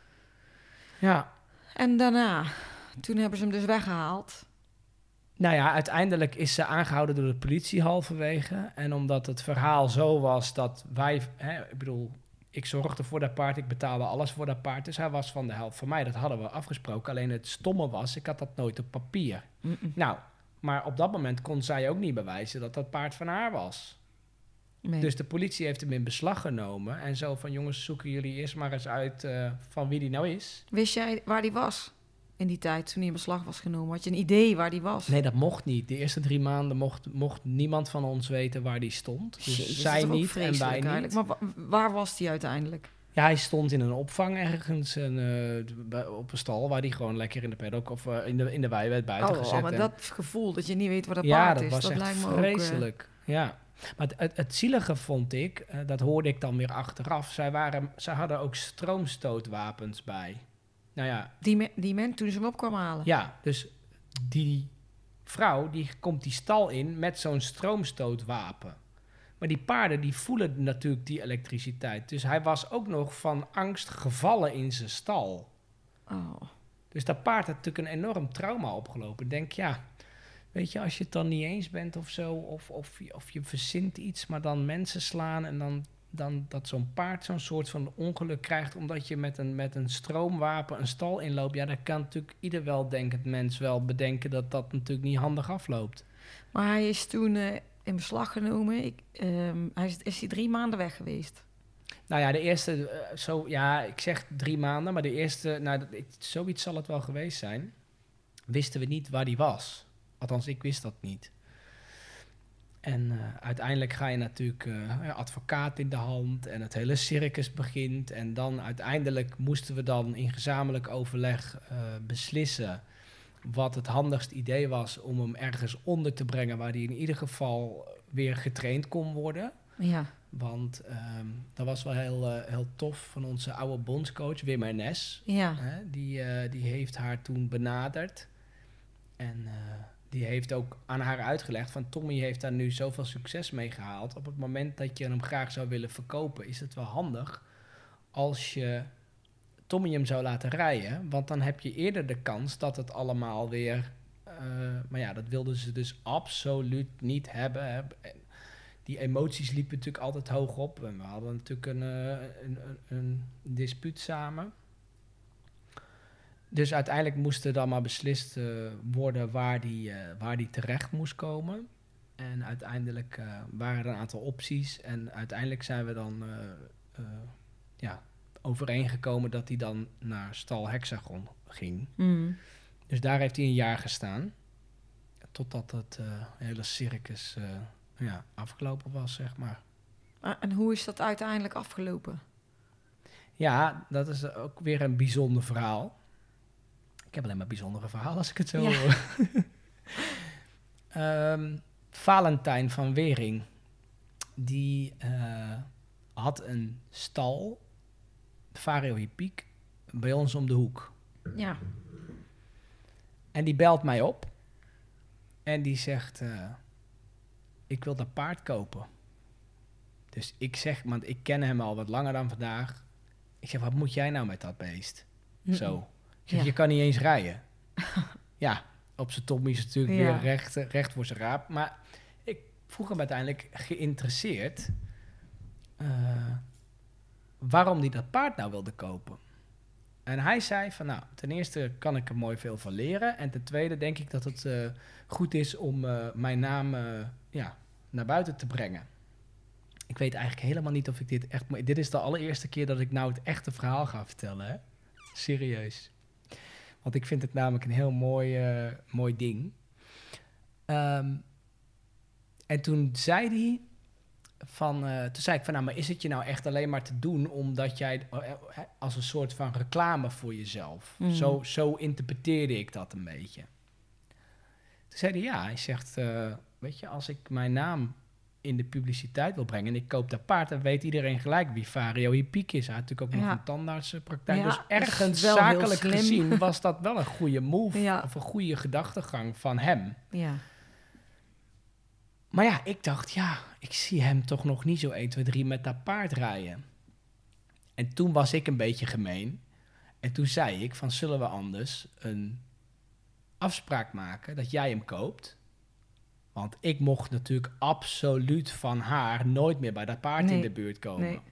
Ja. En daarna, toen hebben ze hem dus weggehaald. Nou ja, uiteindelijk is ze aangehouden door de politie halverwege. En omdat het verhaal zo was dat wij... ik bedoel, ik zorgde voor dat paard, ik betaalde alles voor dat paard. Dus hij was van de helft van mij. Dat hadden we afgesproken. Alleen het stomme was, ik had dat nooit op papier. Mm-mm. Nou, maar op dat moment kon zij ook niet bewijzen dat dat paard van haar was. Nee. Dus de politie heeft hem in beslag genomen. En zo van, jongens, zoeken jullie eerst maar eens uit van wie die nou is. Wist jij waar die was in die tijd, toen hij in beslag was genomen? Had je een idee waar die was? Nee, dat mocht niet. De eerste 3 maanden mocht niemand van ons weten waar die stond. Dus Jezus, dat zij is toch ook niet en vreselijk wij niet. eigenlijk. Maar waar was die uiteindelijk? Ja, hij stond in een opvang ergens op een stal... waar hij gewoon lekker in de paddock of in de wei werd buiten gezet. maar En- dat gevoel dat je niet weet waar dat ja, paard dat is, was dat echt lijkt me vreselijk. Ja. Maar het zielige vond ik, dat hoorde ik dan weer achteraf... zij hadden ook stroomstootwapens bij. Nou ja, Die men toen ze hem op kwam halen. ja, dus die vrouw die komt die stal in met zo'n stroomstootwapen. Maar die paarden die voelen natuurlijk die elektriciteit. Dus hij was ook nog van angst gevallen in zijn stal. Oh. Dus dat paard had natuurlijk een enorm trauma opgelopen. Ik denk, ja, weet je, als je het dan niet eens bent of zo... of je verzint iets, maar dan mensen slaan... en dan dat zo'n paard zo'n soort van ongeluk krijgt... omdat je met een stroomwapen een stal inloopt... ja, dan kan natuurlijk ieder weldenkend mens wel bedenken... dat dat natuurlijk niet handig afloopt. Maar hij is toen in beslag genomen. Is hij 3 maanden weg geweest? Nou ja, de eerste, ik zeg 3 maanden... maar de eerste, zoiets zal het wel geweest zijn... wisten we niet waar die was. Althans, ik wist dat niet. En uiteindelijk ga je natuurlijk advocaat in de hand en het hele circus begint. En dan uiteindelijk moesten we dan in gezamenlijk overleg beslissen wat het handigst idee was om hem ergens onder te brengen waar hij in ieder geval weer getraind kon worden. Ja. Want dat was wel heel tof van onze oude bondscoach Wim Ernest. Ja. Die heeft haar toen benaderd. En die heeft ook aan haar uitgelegd van... Tommy heeft daar nu zoveel succes mee gehaald. Op het moment dat je hem graag zou willen verkopen... is het wel handig als je Tommy hem zou laten rijden. Want dan heb je eerder de kans dat het allemaal weer... maar ja, dat wilden ze dus absoluut niet hebben. Hè. Die emoties liepen natuurlijk altijd hoog op. En we hadden natuurlijk een dispuut samen... Dus uiteindelijk moest er dan maar beslist worden waar die terecht moest komen. En uiteindelijk waren er een aantal opties. En uiteindelijk zijn we dan overeengekomen dat hij dan naar stal Hexagon ging. Mm. Dus daar heeft hij een jaar gestaan. Totdat het hele circus afgelopen was, zeg maar. En hoe is dat uiteindelijk afgelopen? Ja, dat is ook weer een bijzonder verhaal. Ik heb alleen maar bijzondere verhalen als ik het zo Ja. hoor. Valentijn van Wering, die had een stal, Vario Hippiek, bij ons om de hoek. Ja. En die belt mij op en die zegt, ik wil dat paard kopen. Dus ik zeg, want ik ken hem al wat langer dan vandaag. Ik zeg, wat moet jij nou met dat beest? Zo. Ik zeg, Ja. je kan niet eens rijden. Ja, op zijn Tommy is het natuurlijk Ja. weer recht voor zijn raap. Maar ik vroeg hem uiteindelijk geïnteresseerd waarom hij dat paard nou wilde kopen. En hij zei van, nou, ten eerste kan ik er mooi veel van leren. En ten tweede denk ik dat het goed is om mijn naam naar buiten te brengen. Ik weet eigenlijk helemaal niet of ik dit echt... Dit is de allereerste keer dat ik nou het echte verhaal ga vertellen, hè? Serieus. Want ik vind het namelijk een heel mooi ding. En toen zei hij toen zei ik van, nou, maar is het je nou echt alleen maar te doen omdat jij als een soort van reclame voor jezelf? Mhm. Zo interpreteerde ik dat een beetje. Toen zei hij, ja, hij zegt, weet je, als ik mijn naam in de publiciteit wil brengen en ik koop dat paard, dan weet iedereen gelijk wie Vario Hippiek is. Hij had natuurlijk ook nog Ja. een tandartsenpraktijk. Ja, Dus dat ergens is wel heel zakelijk slim. gezien was dat wel een goede move Ja. of een goede gedachtegang van hem. Ja. Maar ja, ik dacht, ik zie hem toch nog niet zo 1, 2, 3 met dat paard rijden. En toen was ik een beetje gemeen. En toen zei ik van, zullen we anders een afspraak maken dat jij hem koopt? Want ik mocht natuurlijk absoluut van haar nooit meer bij dat paard Nee. in de buurt komen. Nee.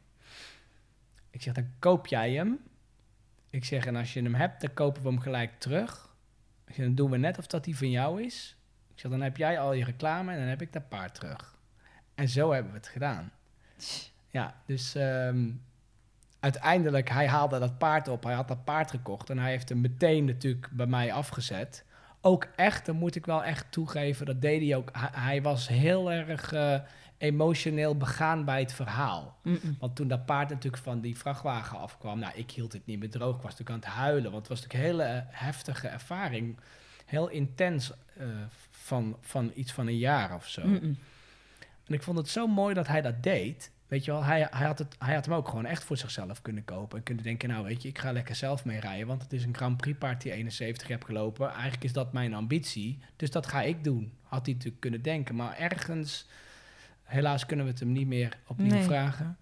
Ik zeg, dan koop jij hem. Ik zeg, en als je hem hebt, dan kopen we hem gelijk terug. Ik zeg, dan doen we net of dat die van jou is. Ik zeg, dan heb jij al je reclame en dan heb ik dat paard terug. En zo hebben we het gedaan. Ja, dus uiteindelijk, hij haalde dat paard op. Hij had dat paard gekocht en hij heeft hem meteen natuurlijk bij mij afgezet. Ook echt, dan moet ik wel echt toegeven, dat deed hij ook. Hij was heel erg emotioneel begaan bij het verhaal. Mm-mm. Want toen dat paard natuurlijk van die vrachtwagen afkwam, nou, ik hield het niet meer droog. Ik was natuurlijk aan het huilen, want het was natuurlijk een hele heftige ervaring. Heel intens van iets van een jaar of zo. Mm-mm. En ik vond het zo mooi dat hij dat deed. Weet je wel, hij had hem ook gewoon echt voor zichzelf kunnen kopen. En kunnen denken, nou weet je, ik ga lekker zelf mee rijden. Want het is een Grand Prix paard die 71 heb gelopen. Eigenlijk is dat mijn ambitie. Dus dat ga ik doen. Had hij natuurlijk kunnen denken. Maar ergens, helaas kunnen we het hem niet meer opnieuw Nee. vragen.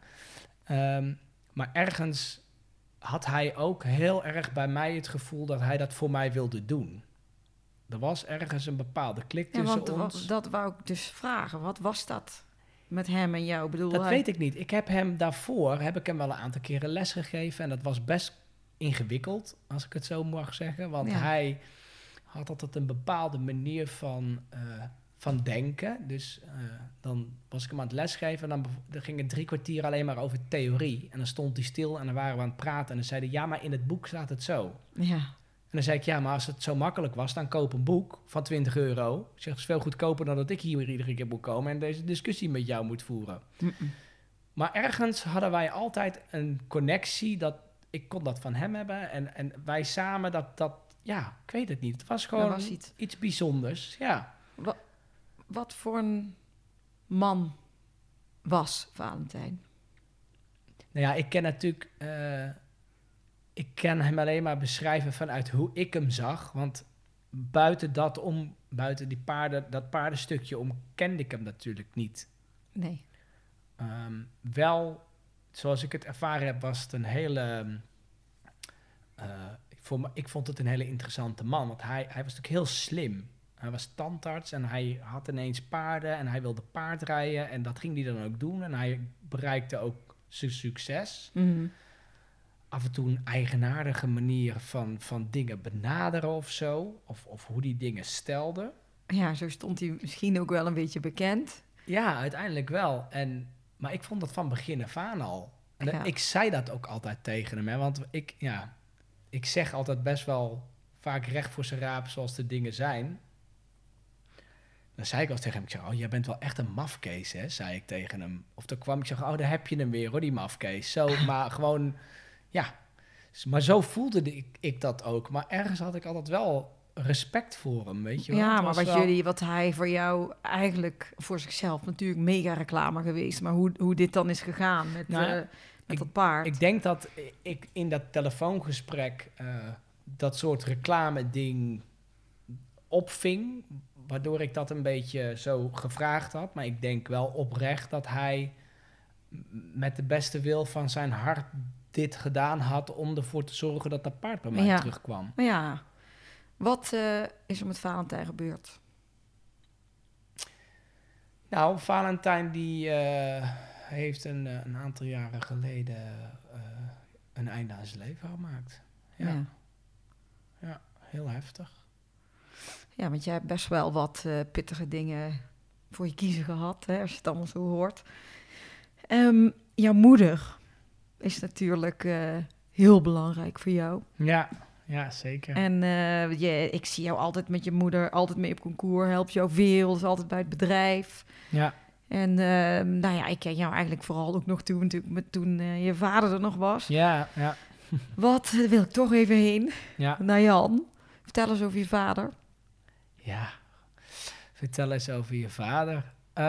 Maar ergens had hij ook heel erg bij mij het gevoel dat hij dat voor mij wilde doen. Er was ergens een bepaalde klik Ja, tussen want ons. dat wou ik dus vragen. Wat was dat met hem en jou? Ik bedoel, Dat weet ik niet. Ik heb hem daarvoor, heb ik hem wel een aantal keren les gegeven. En dat was best ingewikkeld, als ik het zo mag zeggen. Want Ja. hij had altijd een bepaalde manier van denken. Dus dan was ik hem aan het lesgeven en dan ging het 3 kwartier alleen maar over theorie. En dan stond hij stil en dan waren we aan het praten. En dan zei hij, ja, maar in het boek staat het zo. Ja. En dan zei ik, ja, maar als het zo makkelijk was, dan koop een boek van €20. Ik zeg, het is veel goedkoper dan dat ik hier iedere keer moet komen en deze discussie met jou moet voeren. Mm-mm. Maar ergens hadden wij altijd een connectie, dat ik kon dat van hem hebben en wij samen ja, ik weet het niet. Het was gewoon was iets bijzonders, ja. Wat voor een man was Valentijn? Nou ja, ik ken natuurlijk, ik kan hem alleen maar beschrijven vanuit hoe ik hem zag, want buiten dat paardenstukje om, kende ik hem natuurlijk niet. Nee. Wel, zoals ik het ervaren heb, was het een hele... ik vond het een hele interessante man, want hij was natuurlijk heel slim. Hij was tandarts en hij had ineens paarden en hij wilde paardrijden en dat ging hij dan ook doen. En hij bereikte ook zijn succes. Mhm. Af en toe een eigenaardige manier van dingen benaderen of zo, of hoe die dingen stelde. Ja, zo stond hij misschien ook wel een beetje bekend. Ja, uiteindelijk wel. Maar ik vond dat van begin af aan al. En Ja. ik zei dat ook altijd tegen hem, hè, want ik zeg altijd best wel vaak recht voor zijn raap zoals de dingen zijn. Dan zei ik al tegen hem, ik zeg, jij bent wel echt een mafkees, hè, zei ik tegen hem. Of dan kwam ik zeggen, daar heb je hem weer, hoor, die mafkees. Zo, maar gewoon, ja. Maar zo voelde ik dat ook. Maar ergens had ik altijd wel respect voor hem, weet je wel. Ja, Het maar was wat hij voor jou eigenlijk voor zichzelf natuurlijk mega reclame geweest. Maar hoe dit dan is gegaan met dat paard. Ik denk dat ik in dat telefoongesprek dat soort reclame ding opving, waardoor ik dat een beetje zo gevraagd had. Maar ik denk wel oprecht dat hij met de beste wil van zijn hart dit gedaan had om ervoor te zorgen dat dat paard bij mij terugkwam. Ja. Wat is er met Valentijn gebeurd? Nou, Valentijn die heeft een aantal jaren geleden een einde aan zijn leven gemaakt. Ja, heel heftig. Ja, want jij hebt best wel wat pittige dingen voor je kiezen gehad, hè, als je het allemaal zo hoort. Jouw moeder is natuurlijk heel belangrijk voor jou. Ja, zeker. En ik zie jou altijd met je moeder, altijd mee op concours, helpt jou veel, is altijd bij het bedrijf. Ja. En ik ken jou eigenlijk vooral ook nog toen je vader er nog was. Ja. Wat wil ik toch even heen naar Jan. Vertel eens over je vader. Ja, vertel eens over je vader.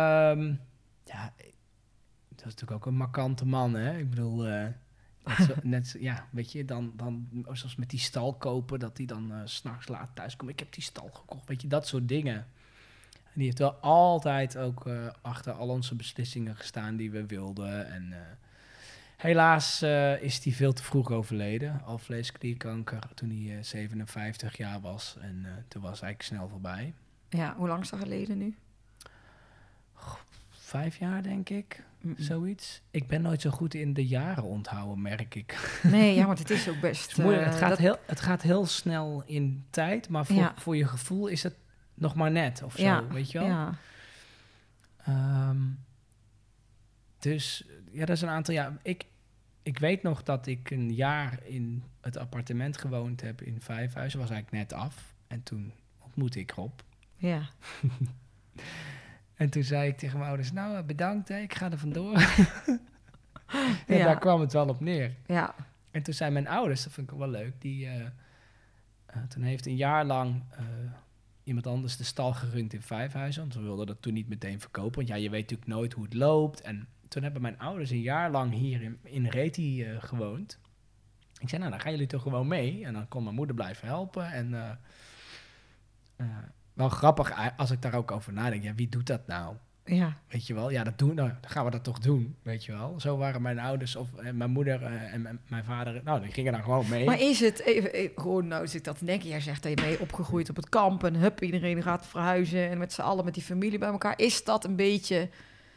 Dat is natuurlijk ook een markante man, hè? Ik bedoel, weet je, dan zoals met die stal kopen, dat hij dan 's nachts laat thuis komt. Ik heb die stal gekocht, weet je, dat soort dingen. En die heeft wel altijd ook achter al onze beslissingen gestaan die we wilden. En helaas is hij veel te vroeg overleden. Alvleesklierkanker toen hij 57 jaar was. En toen was hij eigenlijk snel voorbij. Ja, hoe lang is dat geleden nu? 5 jaar, denk ik. Zoiets. Ik ben nooit zo goed in de jaren onthouden, merk ik. Nee, ja, want het is ook best... Het is moeilijk. Het gaat heel snel in tijd, maar voor je gevoel is het nog maar net of zo, weet je wel? Ja. Dus ja, dat is een aantal jaar. Ik weet nog dat ik een jaar in het appartement gewoond heb in Vijfhuizen. Was eigenlijk net af. En toen ontmoette ik Rob. Ja. En toen zei ik tegen mijn ouders, nou, bedankt, hè, ik ga er vandoor. En daar kwam het wel op neer. Ja. En toen zei mijn ouders, dat vind ik wel leuk, toen heeft een jaar lang iemand anders de stal gerund in Vijfhuizen, want we wilden dat toen niet meteen verkopen, want ja, je weet natuurlijk nooit hoe het loopt. En toen hebben mijn ouders een jaar lang hier in Reti gewoond. Ik zei, nou, dan gaan jullie toch gewoon mee. En dan kon mijn moeder blijven helpen. En wel grappig, als ik daar ook over nadenk. Ja, wie doet dat nou? Ja. Weet je wel? Ja, dan gaan we dat toch doen, weet je wel? Zo waren mijn ouders of mijn moeder en mijn vader... Nou, die gingen daar gewoon mee. Maar is het even gewoon, nou zit ik dat te denken. Jij zegt dat je mee opgegroeid op het kamp en iedereen gaat verhuizen en met z'n allen met die familie bij elkaar. Is dat een beetje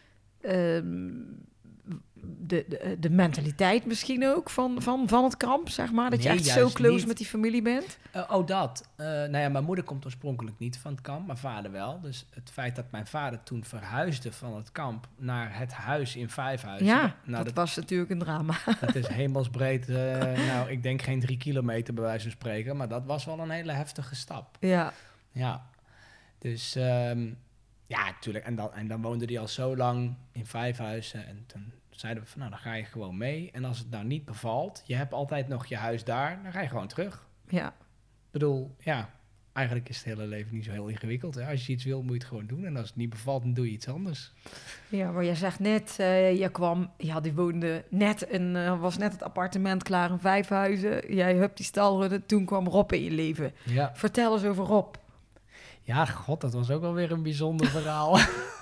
de mentaliteit misschien ook van het kamp, zeg maar? Dat je echt zo close niet met die familie bent? Nou ja, mijn moeder komt oorspronkelijk niet van het kamp, mijn vader wel. Dus het feit dat mijn vader toen verhuisde van het kamp naar het huis in Vijfhuizen... Ja, dat was natuurlijk een drama. Dat is hemelsbreed, nou, ik denk geen 3 kilometer bij wijze van spreken, maar dat was wel een hele heftige stap. Ja. Ja, dus ja, natuurlijk. En dan woonde hij al zo lang in Vijfhuizen en toen zeiden we van, nou, dan ga je gewoon mee. En als het nou niet bevalt, je hebt altijd nog je huis daar, dan ga je gewoon terug. Ja. Ik bedoel, ja, eigenlijk is het hele leven niet zo heel ingewikkeld. Hè? Als je iets wil, moet je het gewoon doen. En als het niet bevalt, dan doe je iets anders. Ja, maar jij zegt net, die woonde net was net het appartement klaar in Vijfhuizen. Jij hebt die stalrudde, toen kwam Rob in je leven. Ja. Vertel eens over Rob. Ja, god, dat was ook wel weer een bijzonder verhaal.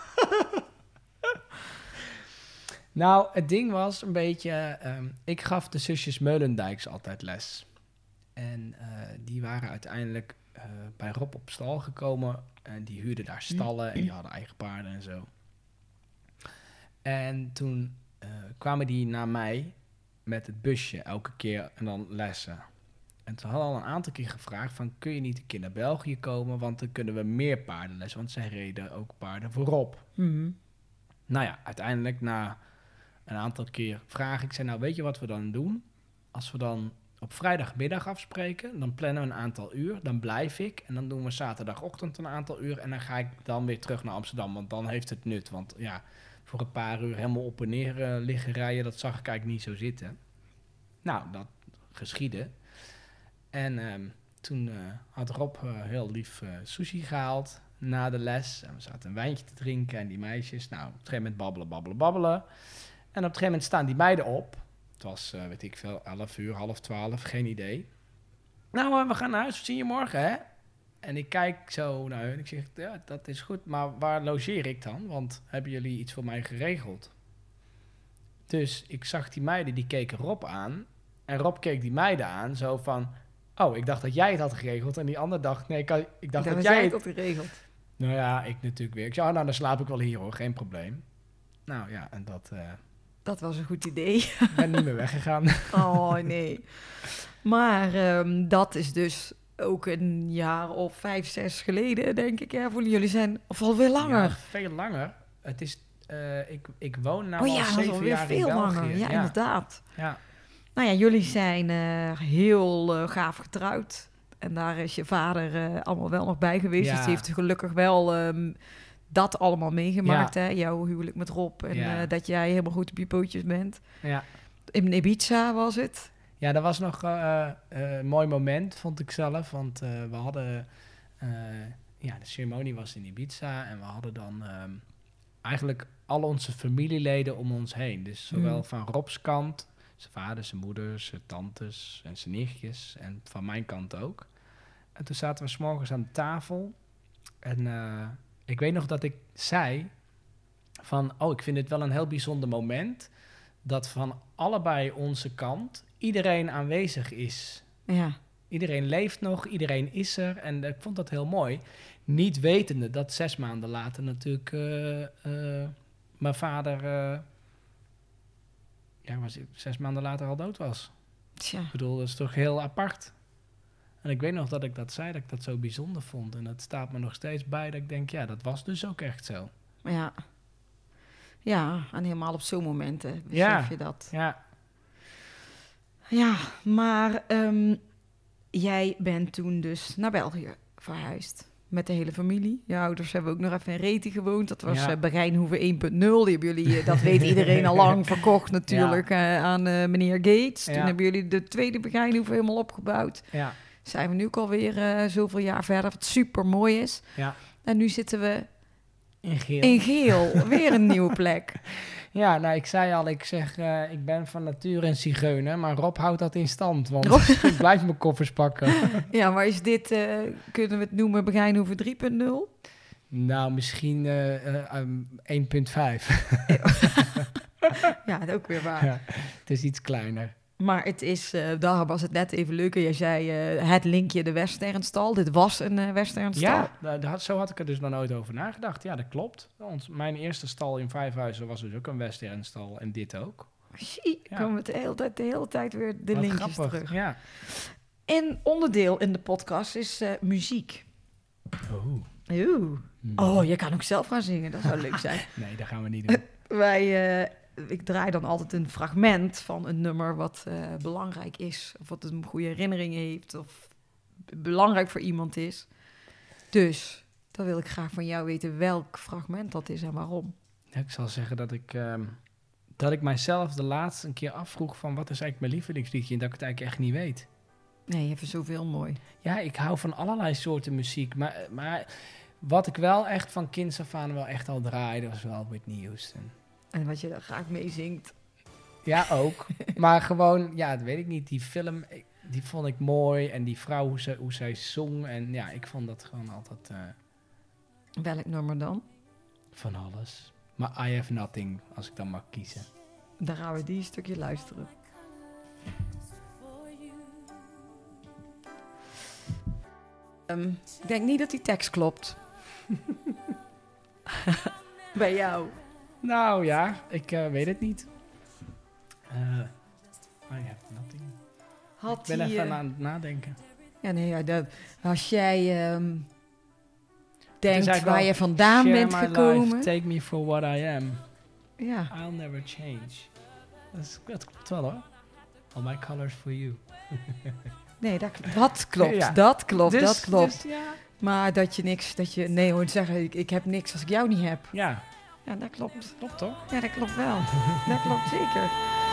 Nou, het ding was een beetje... ik gaf de zusjes Meulendijks altijd les. En die waren uiteindelijk bij Rob op stal gekomen. En die huurden daar stallen en die hadden eigen paarden en zo. En toen kwamen die naar mij met het busje elke keer en dan lessen. En ze hadden al een aantal keer gevraagd van, kun je niet een keer naar België komen? Want dan kunnen we meer paarden lessen, want zij reden ook paarden voor Rob. Mm-hmm. Nou ja, uiteindelijk na een aantal keer vraag ik, zei, nou, weet je wat we dan doen? Als we dan op vrijdagmiddag afspreken. Dan plannen we een aantal uur. Dan blijf ik. En dan doen we zaterdagochtend een aantal uur. En dan ga ik dan weer terug naar Amsterdam. Want dan heeft het nut. Want ja, voor een paar uur helemaal op en neer liggen rijden, dat zag ik eigenlijk niet zo zitten. Nou, dat geschiedde. En toen had Rob heel lief sushi gehaald na de les. En we zaten een wijntje te drinken en die meisjes. Nou, op een gegeven moment babbelen. En op een gegeven moment staan die meiden op. Het was, weet ik veel, 11 uur, 11:30, geen idee. Nou, we gaan naar huis, we zien je morgen, hè? En ik kijk zo naar hun en ik zeg, ja, dat is goed, maar waar logeer ik dan? Want hebben jullie iets voor mij geregeld? Dus ik zag die meiden, die keken Rob aan. En Rob keek die meiden aan, zo van, oh, ik dacht dat jij het had geregeld. En die ander dacht, nee, ik dacht dat jij het had geregeld. Nou ja, ik natuurlijk weer. Ik zei, nou, dan slaap ik wel hier hoor, geen probleem. Nou ja, en Dat was een goed idee. ik ben niet meer weggegaan. Oh, nee. Maar dat is dus ook een jaar of 5, 6 geleden, denk ik. Ja, jullie zijn of alweer langer. Ja, veel langer. Het is, ik woon nou al dat is 7 alweer jaar veel in België. langer. Ja, inderdaad. Ja. Nou ja, jullie zijn heel gaaf getrouwd. En daar is je vader allemaal wel nog bij geweest. Ja. Dus die heeft gelukkig wel dat allemaal meegemaakt. Hè? Jouw huwelijk met Rob. En dat jij helemaal goed op je pootjes bent. Ja. In Ibiza was het. Ja, dat was nog een mooi moment, vond ik zelf. Want we hadden... de ceremonie was in Ibiza. En we hadden dan eigenlijk al onze familieleden om ons heen. Dus zowel van Rob's kant, zijn vader, zijn moeder, zijn tantes en zijn nichtjes. En van mijn kant ook. En toen zaten we 's morgens aan de tafel. En ik weet nog dat ik zei van... Oh, ik vind het wel een heel bijzonder moment... dat van allebei onze kant iedereen aanwezig is. Ja. Iedereen leeft nog, iedereen is er. En ik vond dat heel mooi. Niet wetende dat 6 maanden later natuurlijk mijn vader... 6 maanden later al dood was. Tja. Ik bedoel, dat is toch heel apart. En ik weet nog dat ik dat zei, dat ik dat zo bijzonder vond. En het staat me nog steeds bij dat ik denk, ja, dat was dus ook echt zo. Ja. Ja, en helemaal op zo'n momenten besef je dat. Ja. Ja, maar jij bent toen dus naar België verhuisd. Met de hele familie. Je ouders hebben ook nog even in Reti gewoond. Dat was Begijnhoeven 1.0. Die hebben jullie, dat weet iedereen al lang, verkocht natuurlijk aan meneer Gates. Toen hebben jullie de tweede Begijnhoeven helemaal opgebouwd. Ja. Zijn we nu ook alweer zoveel jaar verder, wat super mooi is. Ja. En nu zitten we In Geel. Weer een nieuwe plek. Ja, nou, ik zei al, ik ben van nature een zigeuner, maar Rob houdt dat in stand, want ik blijf mijn koffers pakken. Ja, maar is dit, kunnen we het noemen, Begijnhoeven 3.0? Nou, misschien 1.5. Ja, dat ook weer waar. Ja, het is iets kleiner. Maar het is, daar was het net even leuk. Je zei het linkje de Westernstal. Dit was een Westernstal. Ja, zo had ik er dus nog nooit over nagedacht. Ja, dat klopt. Mijn eerste stal in Vijfhuizen was dus ook een Westernstal en dit ook. Zie, komen we de hele tijd weer de Wat linkjes grappig. terug. Ja. En onderdeel in de podcast is muziek. Oh. Oh, je kan ook zelf gaan zingen. Dat zou leuk zijn. Nee, dat gaan we niet doen. Ik draai dan altijd een fragment van een nummer wat belangrijk is. Of wat een goede herinnering heeft. Of belangrijk voor iemand is. Dus, dan wil ik graag van jou weten welk fragment dat is en waarom. Ja, ik zal zeggen dat ik mijzelf de laatste een keer afvroeg van wat is eigenlijk mijn lievelingsliedje en dat ik het eigenlijk echt niet weet. Nee, je hebt er zoveel mooi. Ja, ik hou van allerlei soorten muziek, maar wat ik wel echt van kinds af aan wel echt al draaide was wel Whitney Houston. En wat je daar graag mee zingt. Ja, ook. Maar gewoon, ja, dat weet ik niet. Die film, die vond ik mooi. En die vrouw, hoe zij zong. En ja, ik vond dat gewoon altijd... Welk nummer dan? Van alles. Maar I Have Nothing, als ik dan mag kiezen. Dan gaan we die stukje luisteren. Ik denk niet dat die tekst klopt. Bij jou. Nou ja, ik weet het niet. I Have Nothing. Ik ben even aan het nadenken. Ja, nee, als jij denkt waar je vandaan bent gekomen. Life, take me for what I am. Ja. I'll never change. Dat klopt wel hoor. All my colors for you. Nee, dat klopt. Ja. Dat klopt, Dus- dat klopt. dus ja. Maar dat je niks, nee hoor, zeggen ik heb niks als ik jou niet heb. Ja, Ja, dat klopt. klopt toch? Ja, dat klopt wel. Dat klopt zeker.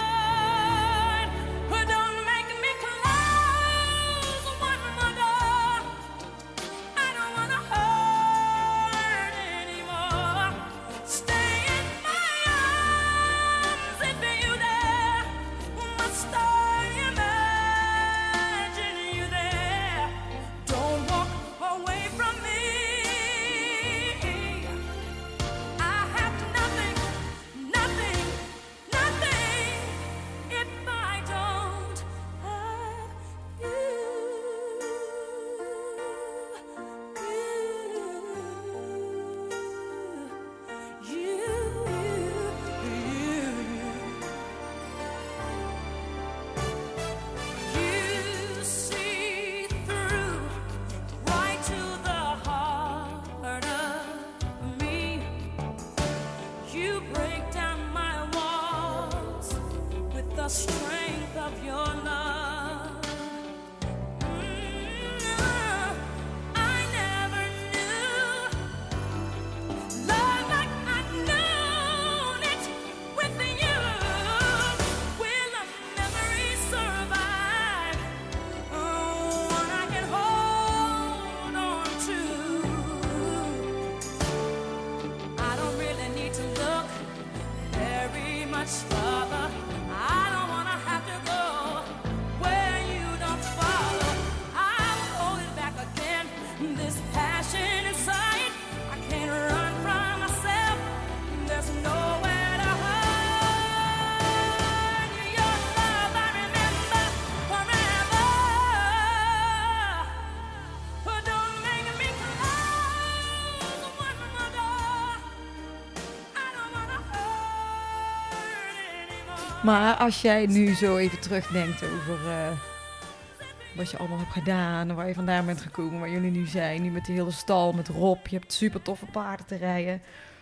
But don't make me close one more door. I don't wanna hurt anymore. Stay in my arms if you there. Must I imagine you there? Don't walk away from me. I have nothing, nothing, nothing if I don't have you see through right to the heart of me. You break down my walls with the strength of your love. I never knew love like I've known it with you. Will a memory survive? One I can hold on to. I don't really need to look very much further. I don't wanna have to go where you don't follow. I'll hold it back again. This passion inside, I can't run from myself. There's nowhere to hide. Your love I remember forever. But don't make me close one more door. I don't wanna hurt anymore. Maar als jij nu zo even terugdenkt over wat je allemaal hebt gedaan en waar je vandaan bent gekomen, waar jullie nu zijn, nu met de hele stal, met Rob, je hebt super toffe paarden te rijden.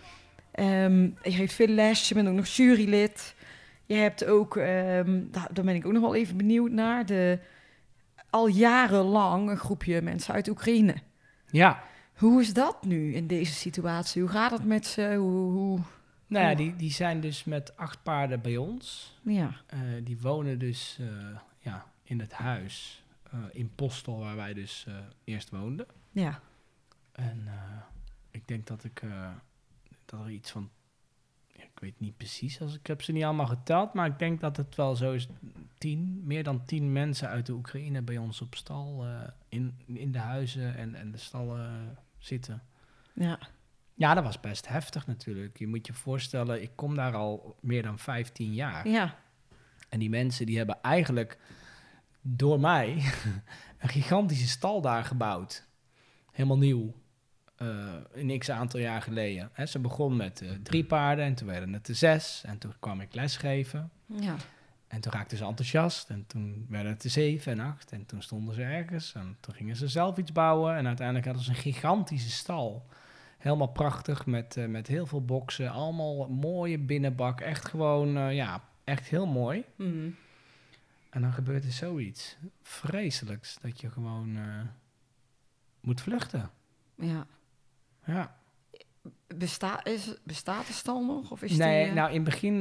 Je geeft veel les, je bent ook nog jurylid. Je hebt ook, daar ben ik ook nog wel even benieuwd naar, al jarenlang een groepje mensen uit Oekraïne. Ja. Hoe is dat nu in deze situatie? Hoe gaat het met ze? Nou ja, die zijn dus met 8 paarden bij ons. Ja. Die wonen dus in het huis in Postel, waar wij dus eerst woonden. Ja. En ik denk dat dat er iets van, ik weet niet precies, ik heb ze niet allemaal geteld, maar ik denk dat het wel zo is, meer dan 10 mensen uit de Oekraïne bij ons op stal, in de huizen en de stallen zitten. Ja. Ja, dat was best heftig natuurlijk. Je moet je voorstellen, ik kom daar al meer dan 15 jaar. Ja. En die mensen die hebben eigenlijk door mij een gigantische stal daar gebouwd. Helemaal nieuw. Een x-aantal jaar geleden. Hè, ze begon met 3 paarden en toen werden het er 6. En toen kwam ik lesgeven. Ja. En toen raakten ze enthousiast. En toen werden het er 7 en 8. En toen stonden ze ergens. En toen gingen ze zelf iets bouwen. En uiteindelijk hadden ze een gigantische stal. Helemaal prachtig met heel veel boksen. Allemaal mooie binnenbak. Echt gewoon, echt heel mooi. Mhm. En dan gebeurt er zoiets vreselijks. Dat je gewoon moet vluchten. Ja. Ja. Bestaat de stal nog? Of is Nee, die, nou in het begin,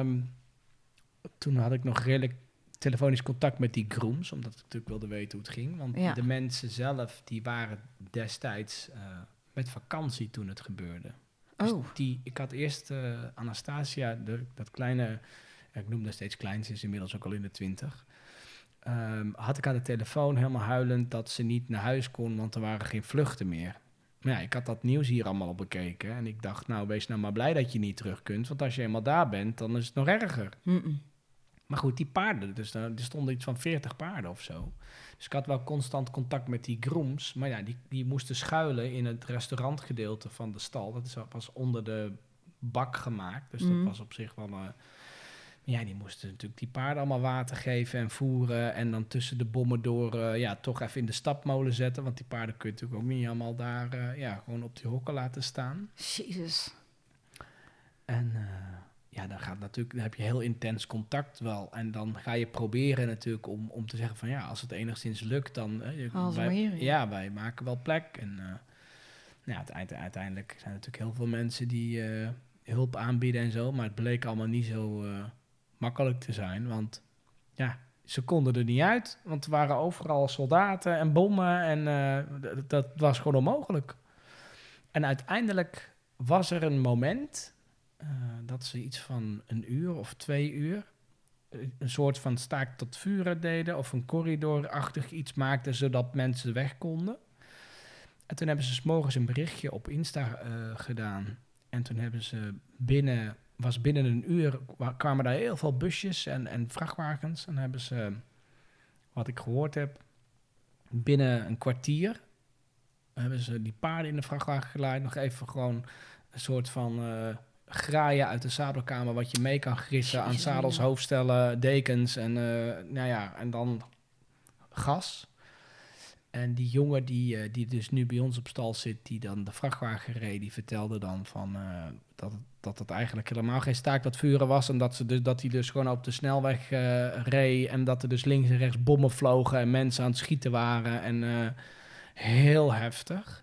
toen had ik nog redelijk telefonisch contact met die grooms, omdat ik natuurlijk wilde weten hoe het ging. Want Ja. de mensen zelf, die waren destijds met vakantie toen het gebeurde. Dus Oh. ik had eerst Anastasia, dat kleine, ik noem dat steeds klein, ze is inmiddels ook al in de 20. Had ik aan de telefoon helemaal huilend dat ze niet naar huis kon, want er waren geen vluchten meer. Maar ja, ik had dat nieuws hier allemaal op bekeken en ik dacht, nou, wees nou maar blij dat je niet terug kunt, want als je eenmaal daar bent, dan is het nog erger. Mm-mm. Maar goed, die paarden, dus er stonden iets van 40 paarden of zo. Dus ik had wel constant contact met die grooms, maar ja, die moesten schuilen in het restaurantgedeelte van de stal. Dat was onder de bak gemaakt, dus dat was op zich wel... ja, die moesten natuurlijk die paarden allemaal water geven en voeren. En dan tussen de bommen door toch even in de stapmolen zetten. Want die paarden kun je natuurlijk ook niet allemaal daar gewoon op die hokken laten staan. Jezus. En dan heb je heel intens contact wel. En dan ga je proberen natuurlijk om te zeggen van ja, als het enigszins lukt, dan... Haal ze maar hierin. Ja, wij maken wel plek. En uiteindelijk zijn er natuurlijk heel veel mensen die hulp aanbieden en zo. Maar het bleek allemaal niet zo makkelijk te zijn. Want ja, ze konden er niet uit. Want er waren overal soldaten en bommen. En dat was gewoon onmogelijk. En uiteindelijk was er een moment dat ze iets van 1 uur of 2 uur een soort van staak tot vuren deden of een corridorachtig iets maakten zodat mensen weg konden. En toen hebben ze 's morgens een berichtje op Insta gedaan. En toen hebben ze binnen 1 uur kwamen daar heel veel busjes en vrachtwagens. En hebben ze, wat ik gehoord heb, binnen een kwartier hebben ze die paarden in de vrachtwagen geleid. Nog even gewoon een soort van graaien uit de zadelkamer wat je mee kan gissen aan zadels, hoofdstellen, dekens en en dan gas. En die jongen die dus nu bij ons op stal zit, die dan de vrachtwagen reed, die vertelde dan van dat het eigenlijk helemaal geen staakt tot vuren was en dat hij dus gewoon op de snelweg reed en dat er dus links en rechts bommen vlogen en mensen aan het schieten waren en heel heftig.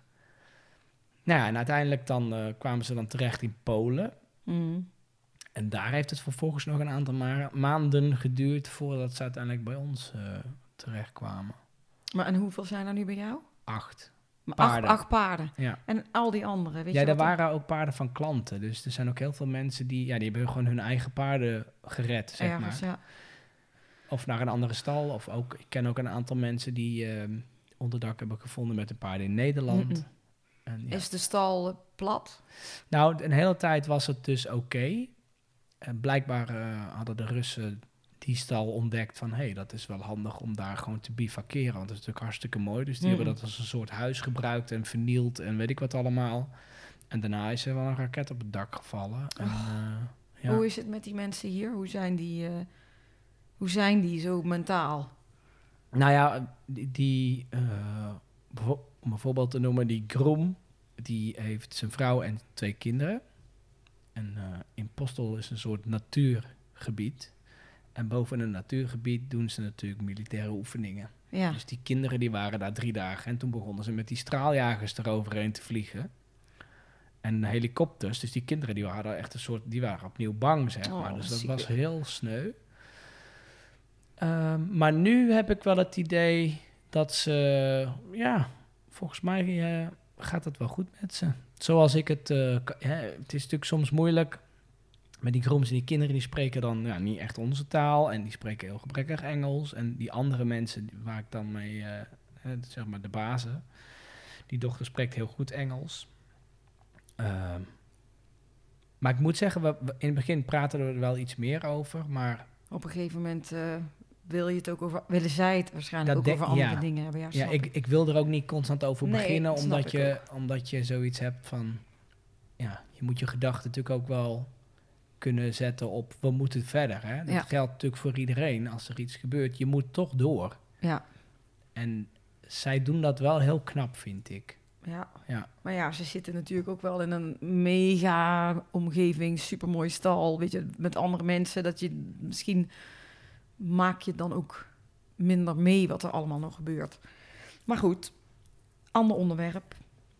Nou ja, en uiteindelijk dan kwamen ze dan terecht in Polen. Mm. En daar heeft het vervolgens nog een aantal maanden geduurd voordat ze uiteindelijk bij ons terechtkwamen. Maar en hoeveel zijn er nu bij jou? 8 Maar paarden. 8 paarden. Ja. En al die anderen, weet je Ja, er wat waren ook paarden van klanten. Dus er zijn ook heel veel mensen die hebben gewoon hun eigen paarden gered, zeg ergens, maar. ja. Of naar een andere stal. Of ook, ik ken ook een aantal mensen die onderdak hebben gevonden met de paarden in Nederland. Mm-mm. En, ja. Is de stal plat? Nou, een hele tijd was het dus oké. En blijkbaar hadden de Russen die stal ontdekt van... dat is wel handig om daar gewoon te bivakeren. Want dat is natuurlijk hartstikke mooi. Dus die hebben dat als een soort huis gebruikt en vernield en weet ik wat allemaal. En daarna is er wel een raket op het dak gevallen. En, Hoe is het met die mensen hier? Hoe zijn die zo mentaal? Nou ja, om een voorbeeld te noemen, die Groom... die heeft zijn vrouw en 2 kinderen. En in Postel is een soort natuurgebied... En boven een natuurgebied doen ze natuurlijk militaire oefeningen. Ja. Dus die kinderen die waren daar 3 dagen. En toen begonnen ze met die straaljagers eroverheen te vliegen. En helikopters. Dus die kinderen die waren echt die waren opnieuw bang, zeg maar. Dus dat was heel sneu. Maar nu heb ik wel het idee dat ze... volgens mij gaat het wel goed met ze. Zoals ik het... het is natuurlijk soms moeilijk... Maar die Grooms en die kinderen die spreken dan niet echt onze taal. En die spreken heel gebrekkig Engels. En die andere mensen waar ik dan mee, zeg maar de bazen. Die dochter spreekt heel goed Engels. Maar ik moet zeggen, in het begin praten we er wel iets meer over. Maar op een gegeven moment willen zij het waarschijnlijk ook over andere dingen hebben. Ja, ik wil er ook niet constant over beginnen. Omdat je zoiets hebt van... Ja, je moet je gedachten natuurlijk ook wel... kunnen zetten op, we moeten verder. Hè? Dat geldt natuurlijk voor iedereen. Als er iets gebeurt, je moet toch door. Ja. En zij doen dat wel heel knap, vind ik. Ja. Maar ja, ze zitten natuurlijk ook wel in een mega omgeving, supermooi stal, weet je, met andere mensen. Dat je misschien maak je dan ook minder mee wat er allemaal nog gebeurt. Maar goed, ander onderwerp.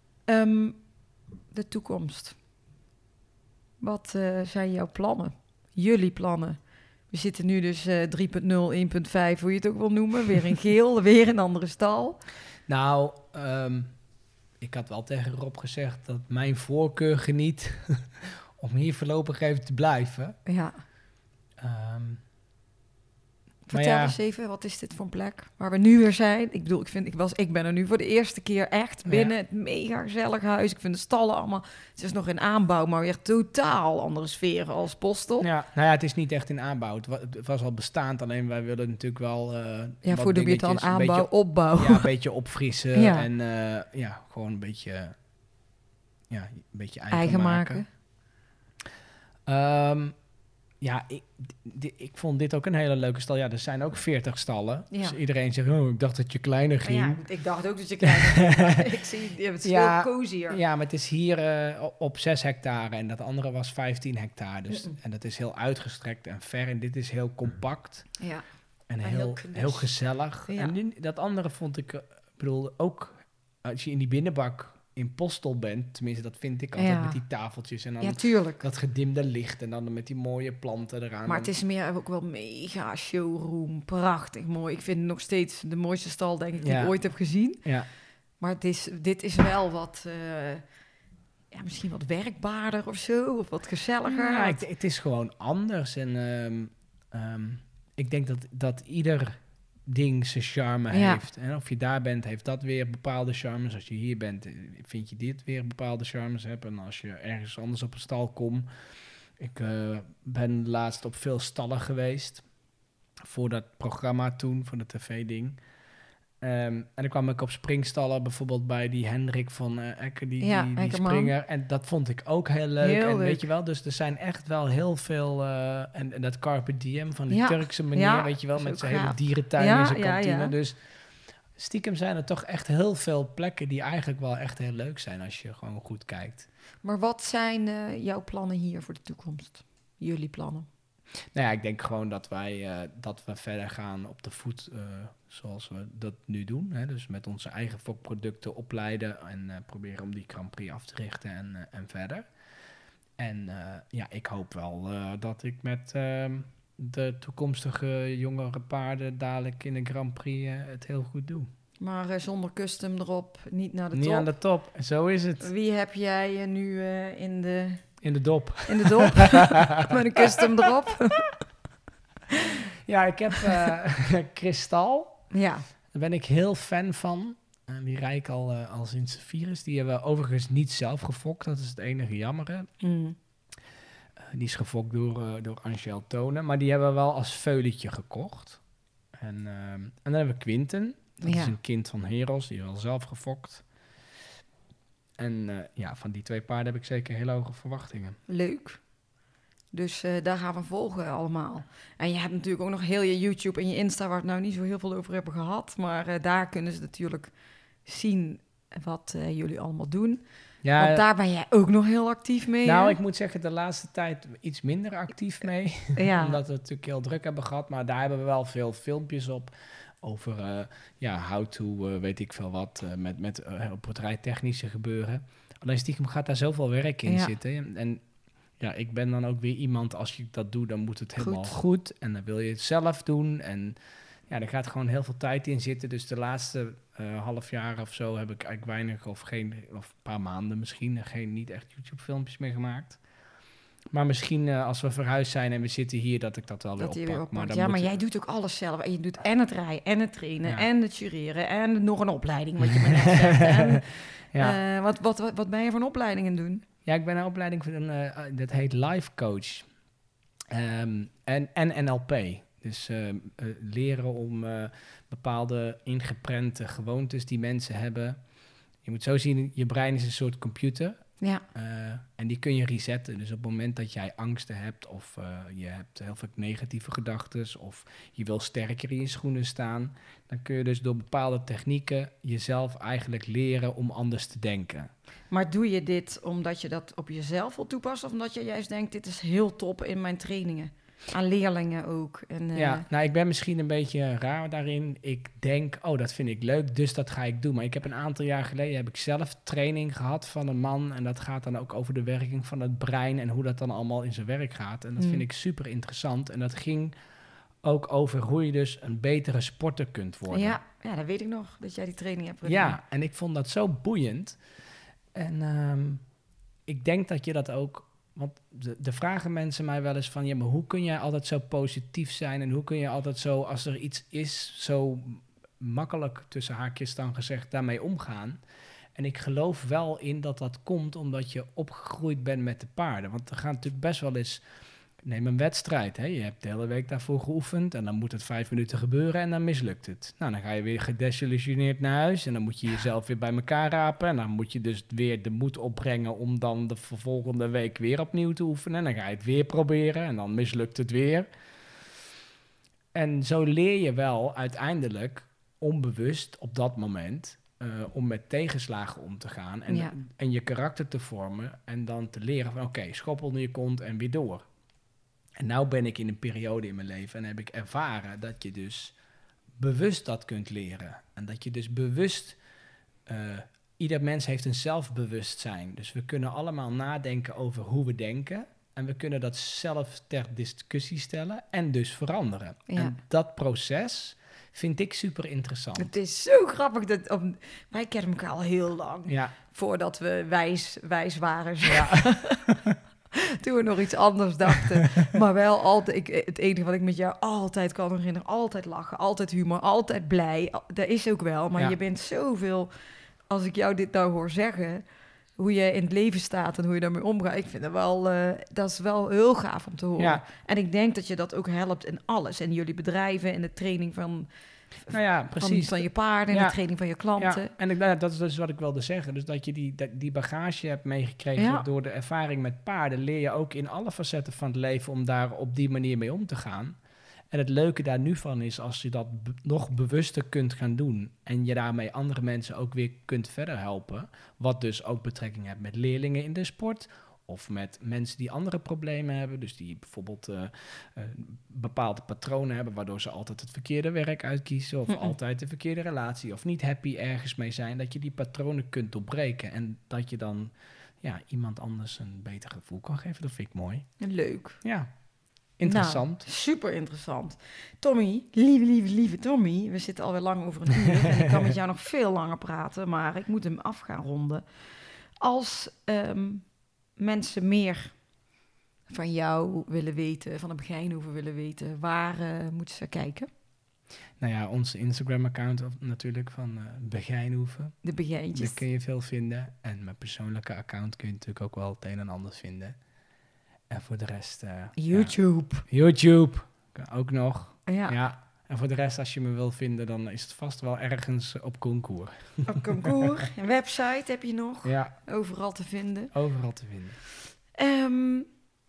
De toekomst. Wat zijn jouw plannen? Jullie plannen? We zitten nu dus 3.0, 1.5, hoe je het ook wil noemen. Weer in geel, weer een andere stal. Nou, ik had wel tegen Rob gezegd dat mijn voorkeur geniet om hier voorlopig even te blijven. Ja. Vertel eens even, wat is dit voor een plek waar we nu weer zijn? Ik bedoel, ik ben er nu voor de eerste keer echt binnen het mega gezellig huis. Ik vind de stallen allemaal, het is nog in aanbouw, maar weer totaal andere sferen als Postel. Ja, nou ja, het is niet echt in aanbouw. Het was al bestaand, alleen wij willen natuurlijk wel voor de dan aanbouw, opbouw. Ja, een beetje opfrissen en gewoon een beetje eigen maken. Ja, ik vond dit ook een hele leuke stal. Ja, er zijn ook 40 stallen. Ja. Dus iedereen zegt, ik dacht dat je kleiner ging. Ja, ik dacht ook dat je kleiner ik zie het is Ja, veel cozier. Ja, maar het is hier op 6 hectare en dat andere was 15 hectare. Dus, en dat is heel uitgestrekt en ver. En dit is heel compact Ja. en En heel heel gezellig. Ja. En dat andere vond ik, bedoel, ook als je in die binnenbak in Postel bent, tenminste dat vind ik altijd Ja. met die tafeltjes en dan Ja, tuurlijk. dat gedimde licht en dan met die mooie planten eraan. Maar het is meer ook wel mega showroom. Prachtig mooi. Ik vind het nog steeds de mooiste stal, denk ik, die Ja. ik ooit heb gezien. Ja, Maar dit is wel wat... misschien wat werkbaarder of zo. Of wat gezelliger. ja het is gewoon anders. En ik denk dat ieder ding zijn charme Ja. heeft. En of je daar bent, heeft dat weer bepaalde charmes. Als je hier bent, vind je dit weer bepaalde charmes hebben. En als je ergens anders op een stal komt... Ik ben laatst op veel stallen geweest. Voor dat programma toen, voor de tv-ding. En dan kwam ik op springstallen, bijvoorbeeld bij die Hendrik van Ecker, die Eckerman. springer. En dat vond ik ook heel leuk. Heel en leuk. weet je wel, dus er zijn echt wel heel veel... en dat Carpe Diem van die Ja. Turkse meneer, Ja, weet je wel, is met ook zijn hele gaaf. dierentuin Ja, in zijn ja, kantine. ja. Dus stiekem zijn er toch echt heel veel plekken die eigenlijk wel echt heel leuk zijn als je gewoon goed kijkt. Maar wat zijn jouw plannen hier voor de toekomst? Jullie plannen? Nou ja, ik denk gewoon dat we verder gaan op de voet zoals we dat nu doen. Hè? Dus met onze eigen fokproducten opleiden en proberen om die Grand Prix af te richten en verder. En ik hoop wel dat ik met de toekomstige jongere paarden dadelijk in de Grand Prix het heel goed doe. Maar zonder custom erop, niet naar de Niet top. aan de top, zo is het. Wie heb jij nu in de dop. dop? Met een custom erop? Ja, ik heb Kristal. Ja. Daar ben ik heel fan van. Die rij ik al sinds het virus. Die hebben we overigens niet zelf gefokt. Dat is het enige jammere. Mm. Die is gefokt door Angel Tonen. Maar die hebben we wel als veuletje gekocht. En dan hebben we Quinten. Dat Ja. is een kind van Heros. Die hebben we al zelf gefokt. En van die 2 paarden heb ik zeker hele hoge verwachtingen. Leuk. Dus daar gaan we volgen allemaal. En je hebt natuurlijk ook nog heel je YouTube en je Insta... waar we het nou niet zo heel veel over hebben gehad. Maar daar kunnen ze natuurlijk zien wat jullie allemaal doen. Ja, Want daar ben jij ook nog heel actief mee. nou, hè? ik moet zeggen, de laatste tijd iets minder actief mee. Ja. Omdat we het natuurlijk heel druk hebben gehad. Maar daar hebben we wel veel filmpjes op. Over how to, weet ik veel wat. Met portrettechnische gebeuren. Alleen stiekem gaat daar zoveel werk in Ja. zitten. En ja, ik ben dan ook weer iemand, als je dat doet, dan moet het helemaal Goed. goed. En dan wil je het zelf doen. En ja, er gaat gewoon heel veel tijd in zitten. Dus de laatste half jaar of zo heb ik eigenlijk weinig of een paar maanden misschien, niet echt YouTube-filmpjes meer gemaakt. Maar misschien als we verhuisd zijn en we zitten hier, dat ik dat wel weer Dat je oppak. weer oppakt. dan Ja, moet maar je- jij doet ook alles zelf. En je doet en het rijden, en het trainen, Ja. en het jureren... en nog een opleiding, wat je me net zegt. En, Ja. wat ben je voor een opleiding aan het doen? Ja, ik ben een opleiding voor dat heet Life Coach. En NLP. Dus leren om bepaalde ingeprente gewoontes die mensen hebben. Je moet zo zien, je brein is een soort computer. Ja, En die kun je resetten. Dus op het moment dat jij angsten hebt of je hebt heel veel negatieve gedachten of je wil sterker in je schoenen staan, dan kun je dus door bepaalde technieken jezelf eigenlijk leren om anders te denken. maar doe je dit omdat je dat op jezelf wil toepassen... of omdat je juist denkt, dit is heel top in mijn trainingen? Aan leerlingen ook. En, Ja, nou, ik ben misschien een beetje raar daarin. Ik denk, dat vind ik leuk, dus dat ga ik doen. Maar ik heb een aantal jaar geleden heb ik zelf training gehad van een man. En dat gaat dan ook over de werking van het brein en hoe dat dan allemaal in zijn werk gaat. En dat vind ik super interessant. En dat ging ook over hoe je dus een betere sporter kunt worden. ja, dat weet ik nog, dat jij die training hebt gedaan. Ja, en ik vond dat zo boeiend. En ik denk dat je dat ook... Want de vragen mensen mij wel eens van... ja, maar hoe kun jij altijd zo positief zijn... en hoe kun je altijd zo, als er iets is... zo makkelijk, tussen haakjes dan gezegd, daarmee omgaan? En ik geloof wel in dat dat komt... omdat je opgegroeid bent met de paarden. Want er gaan natuurlijk best wel eens Neem een wedstrijd. Hè? Je hebt de hele week daarvoor geoefend en dan moet het 5 minuten gebeuren en dan mislukt het. Nou, dan ga je weer gedesillusioneerd naar huis en dan moet je jezelf weer bij elkaar rapen. En dan moet je dus weer de moed opbrengen om dan de volgende week weer opnieuw te oefenen. En dan ga je het weer proberen en dan mislukt het weer. En zo leer je wel uiteindelijk onbewust op dat moment om met tegenslagen om te gaan en je karakter te vormen en dan te leren van oké, schop onder je kont en weer door. En nou ben ik in een periode in mijn leven en heb ik ervaren dat je dus bewust dat kunt leren. En dat je dus bewust, ieder mens heeft een zelfbewustzijn. Dus we kunnen allemaal nadenken over hoe we denken. En we kunnen dat zelf ter discussie stellen en dus veranderen. Ja. En dat proces vind ik super interessant. Het is zo grappig. Wij kennen elkaar al heel lang. Ja. Voordat we wijs waren. Ja. Toen we nog iets anders dachten. Maar wel altijd, het enige wat ik met jou altijd kan herinneren. Altijd lachen, altijd humor, altijd blij. Dat is ook wel. Maar je bent zoveel... Als ik jou dit nou hoor zeggen... Hoe je in het leven staat en hoe je daarmee omgaat. Ik vind dat is wel heel gaaf om te horen. Ja. En ik denk dat je dat ook helpt in alles. In jullie bedrijven, in de training van precies. Van je paarden, in de training van je klanten. Ja, en dat is dus wat ik wilde zeggen. Dus dat je die bagage hebt meegekregen door de ervaring met paarden, leer je ook in alle facetten van het leven om daar op die manier mee om te gaan. En het leuke daar nu van is, als je dat nog bewuster kunt gaan doen en je daarmee andere mensen ook weer kunt verder helpen, wat dus ook betrekking heeft met leerlingen in de sport of met mensen die andere problemen hebben, dus die bijvoorbeeld bepaalde patronen hebben, waardoor ze altijd het verkeerde werk uitkiezen of altijd de verkeerde relatie of niet happy ergens mee zijn, dat je die patronen kunt doorbreken en dat je dan iemand anders een beter gevoel kan geven. Dat vind ik mooi. Leuk. Ja. Interessant. Nou, super interessant. Tommy, lieve Tommy, we zitten alweer lang over een uur en ik kan met jou nog veel langer praten, maar ik moet hem af gaan ronden. Als mensen meer van jou willen weten, van de Begijnhoeven willen weten, waar moeten ze kijken? Nou ja, onze Instagram-account natuurlijk van Begijnhoeven. De Begijntjes. Daar kun je veel vinden. En mijn persoonlijke account kun je natuurlijk ook wel het een en ander vinden. En voor de rest... YouTube. YouTube, ook nog. Ja. Ja. En voor de rest, als je me wil vinden, dan is het vast wel ergens op concours. Op concours. Een website heb je nog. Ja. Overal te vinden. Overal te vinden.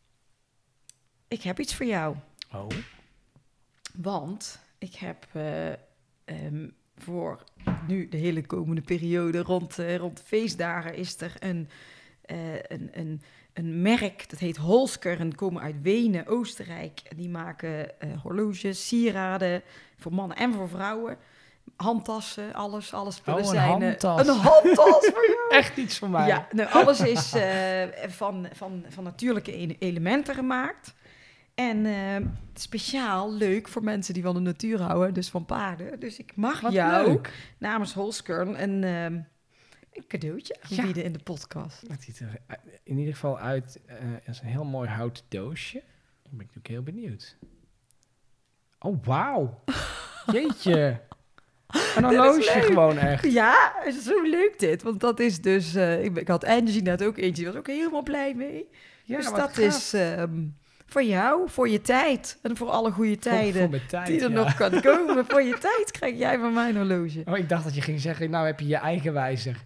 Ik heb iets voor jou. Oh. Want ik heb voor nu de hele komende periode rond de feestdagen is er een merk, dat heet Holsker en komen uit Wenen, Oostenrijk. En die maken horloges, sieraden voor mannen en voor vrouwen. Handtassen, alles spullen een zijn. handtas. Een handtas voor jou. Echt iets voor mij. Ja, nou, alles is van natuurlijke elementen gemaakt. En speciaal leuk voor mensen die van de natuur houden, dus van paarden. Dus ik mag Wat jou leuk. namens Holsker een cadeautje aanbieden in de podcast. Het ziet er in ieder geval uit als een heel mooi houten doosje. Ik ben natuurlijk heel benieuwd. Oh, wauw. Jeetje. Een horloge gewoon echt. Ja, zo leuk dit. Want dat is dus... ik had Angie net ook eentje, die was ook helemaal blij mee. Ja, dus wat dat gaaf. is voor jou, voor je tijd. En voor alle goede tijden Voor mijn tijd, die er nog kan komen. Voor je tijd krijg jij van mij een horloge. Oh, ik dacht dat je ging zeggen, nou heb je je eigen wijzer.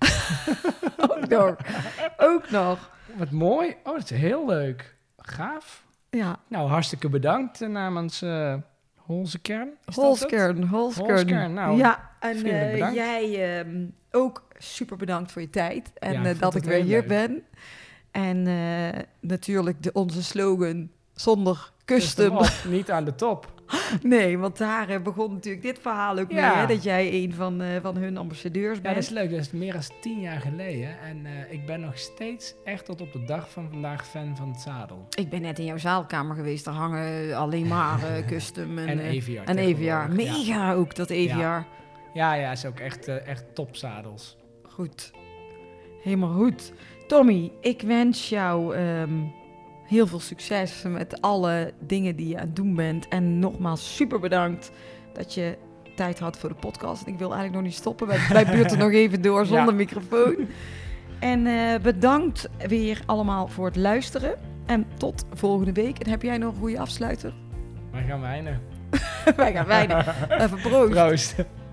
Ook nog. Wat mooi. Oh, dat is heel leuk. Gaaf. Ja. Nou, hartstikke bedankt namens Holskern. Holskern. Nou, ja, en vriendelijk bedankt. jij ook super bedankt voor je tijd. En Ja, ik vond dat ik het weer heel hier leuk. ben. En natuurlijk onze slogan, zonder custom. Custom op, niet aan de top. Nee, want daar begon natuurlijk dit verhaal ook mee. Ja. Hè, dat jij een van hun ambassadeurs Ja, bent. dat is leuk. Dat is meer dan 10 jaar geleden. En ik ben nog steeds echt tot op de dag van vandaag fan van het zadel. Ik ben net in jouw zaalkamer geweest. Daar hangen alleen maar custom En EVR En EVR. tegenwoordig, Mega ook, dat EVR. Ja, is ook echt topzadels. Goed. Helemaal goed. Tommy, ik wens jou heel veel succes met alle dingen die je aan het doen bent. En nogmaals super bedankt dat je tijd had voor de podcast. Ik wil eigenlijk nog niet stoppen. Wij buurten nog even door zonder microfoon. En bedankt weer allemaal voor het luisteren. En tot volgende week. En heb jij nog een goede afsluiter? Waar gaan we eindigen? Wij gaan weinig. Even proost. Proost.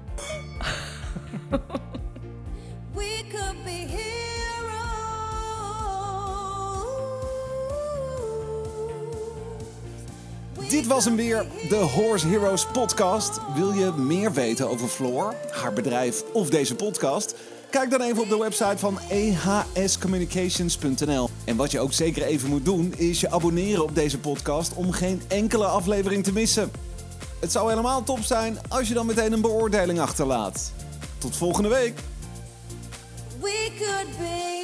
We could be heroes. Dit was hem weer, de Horse Heroes podcast. Wil je meer weten over Floor, haar bedrijf of deze podcast? Kijk dan even op de website van ehscommunications.nl. En wat je ook zeker even moet doen, is je abonneren op deze podcast om geen enkele aflevering te missen. Het zou helemaal top zijn als je dan meteen een beoordeling achterlaat. Tot volgende week! We could be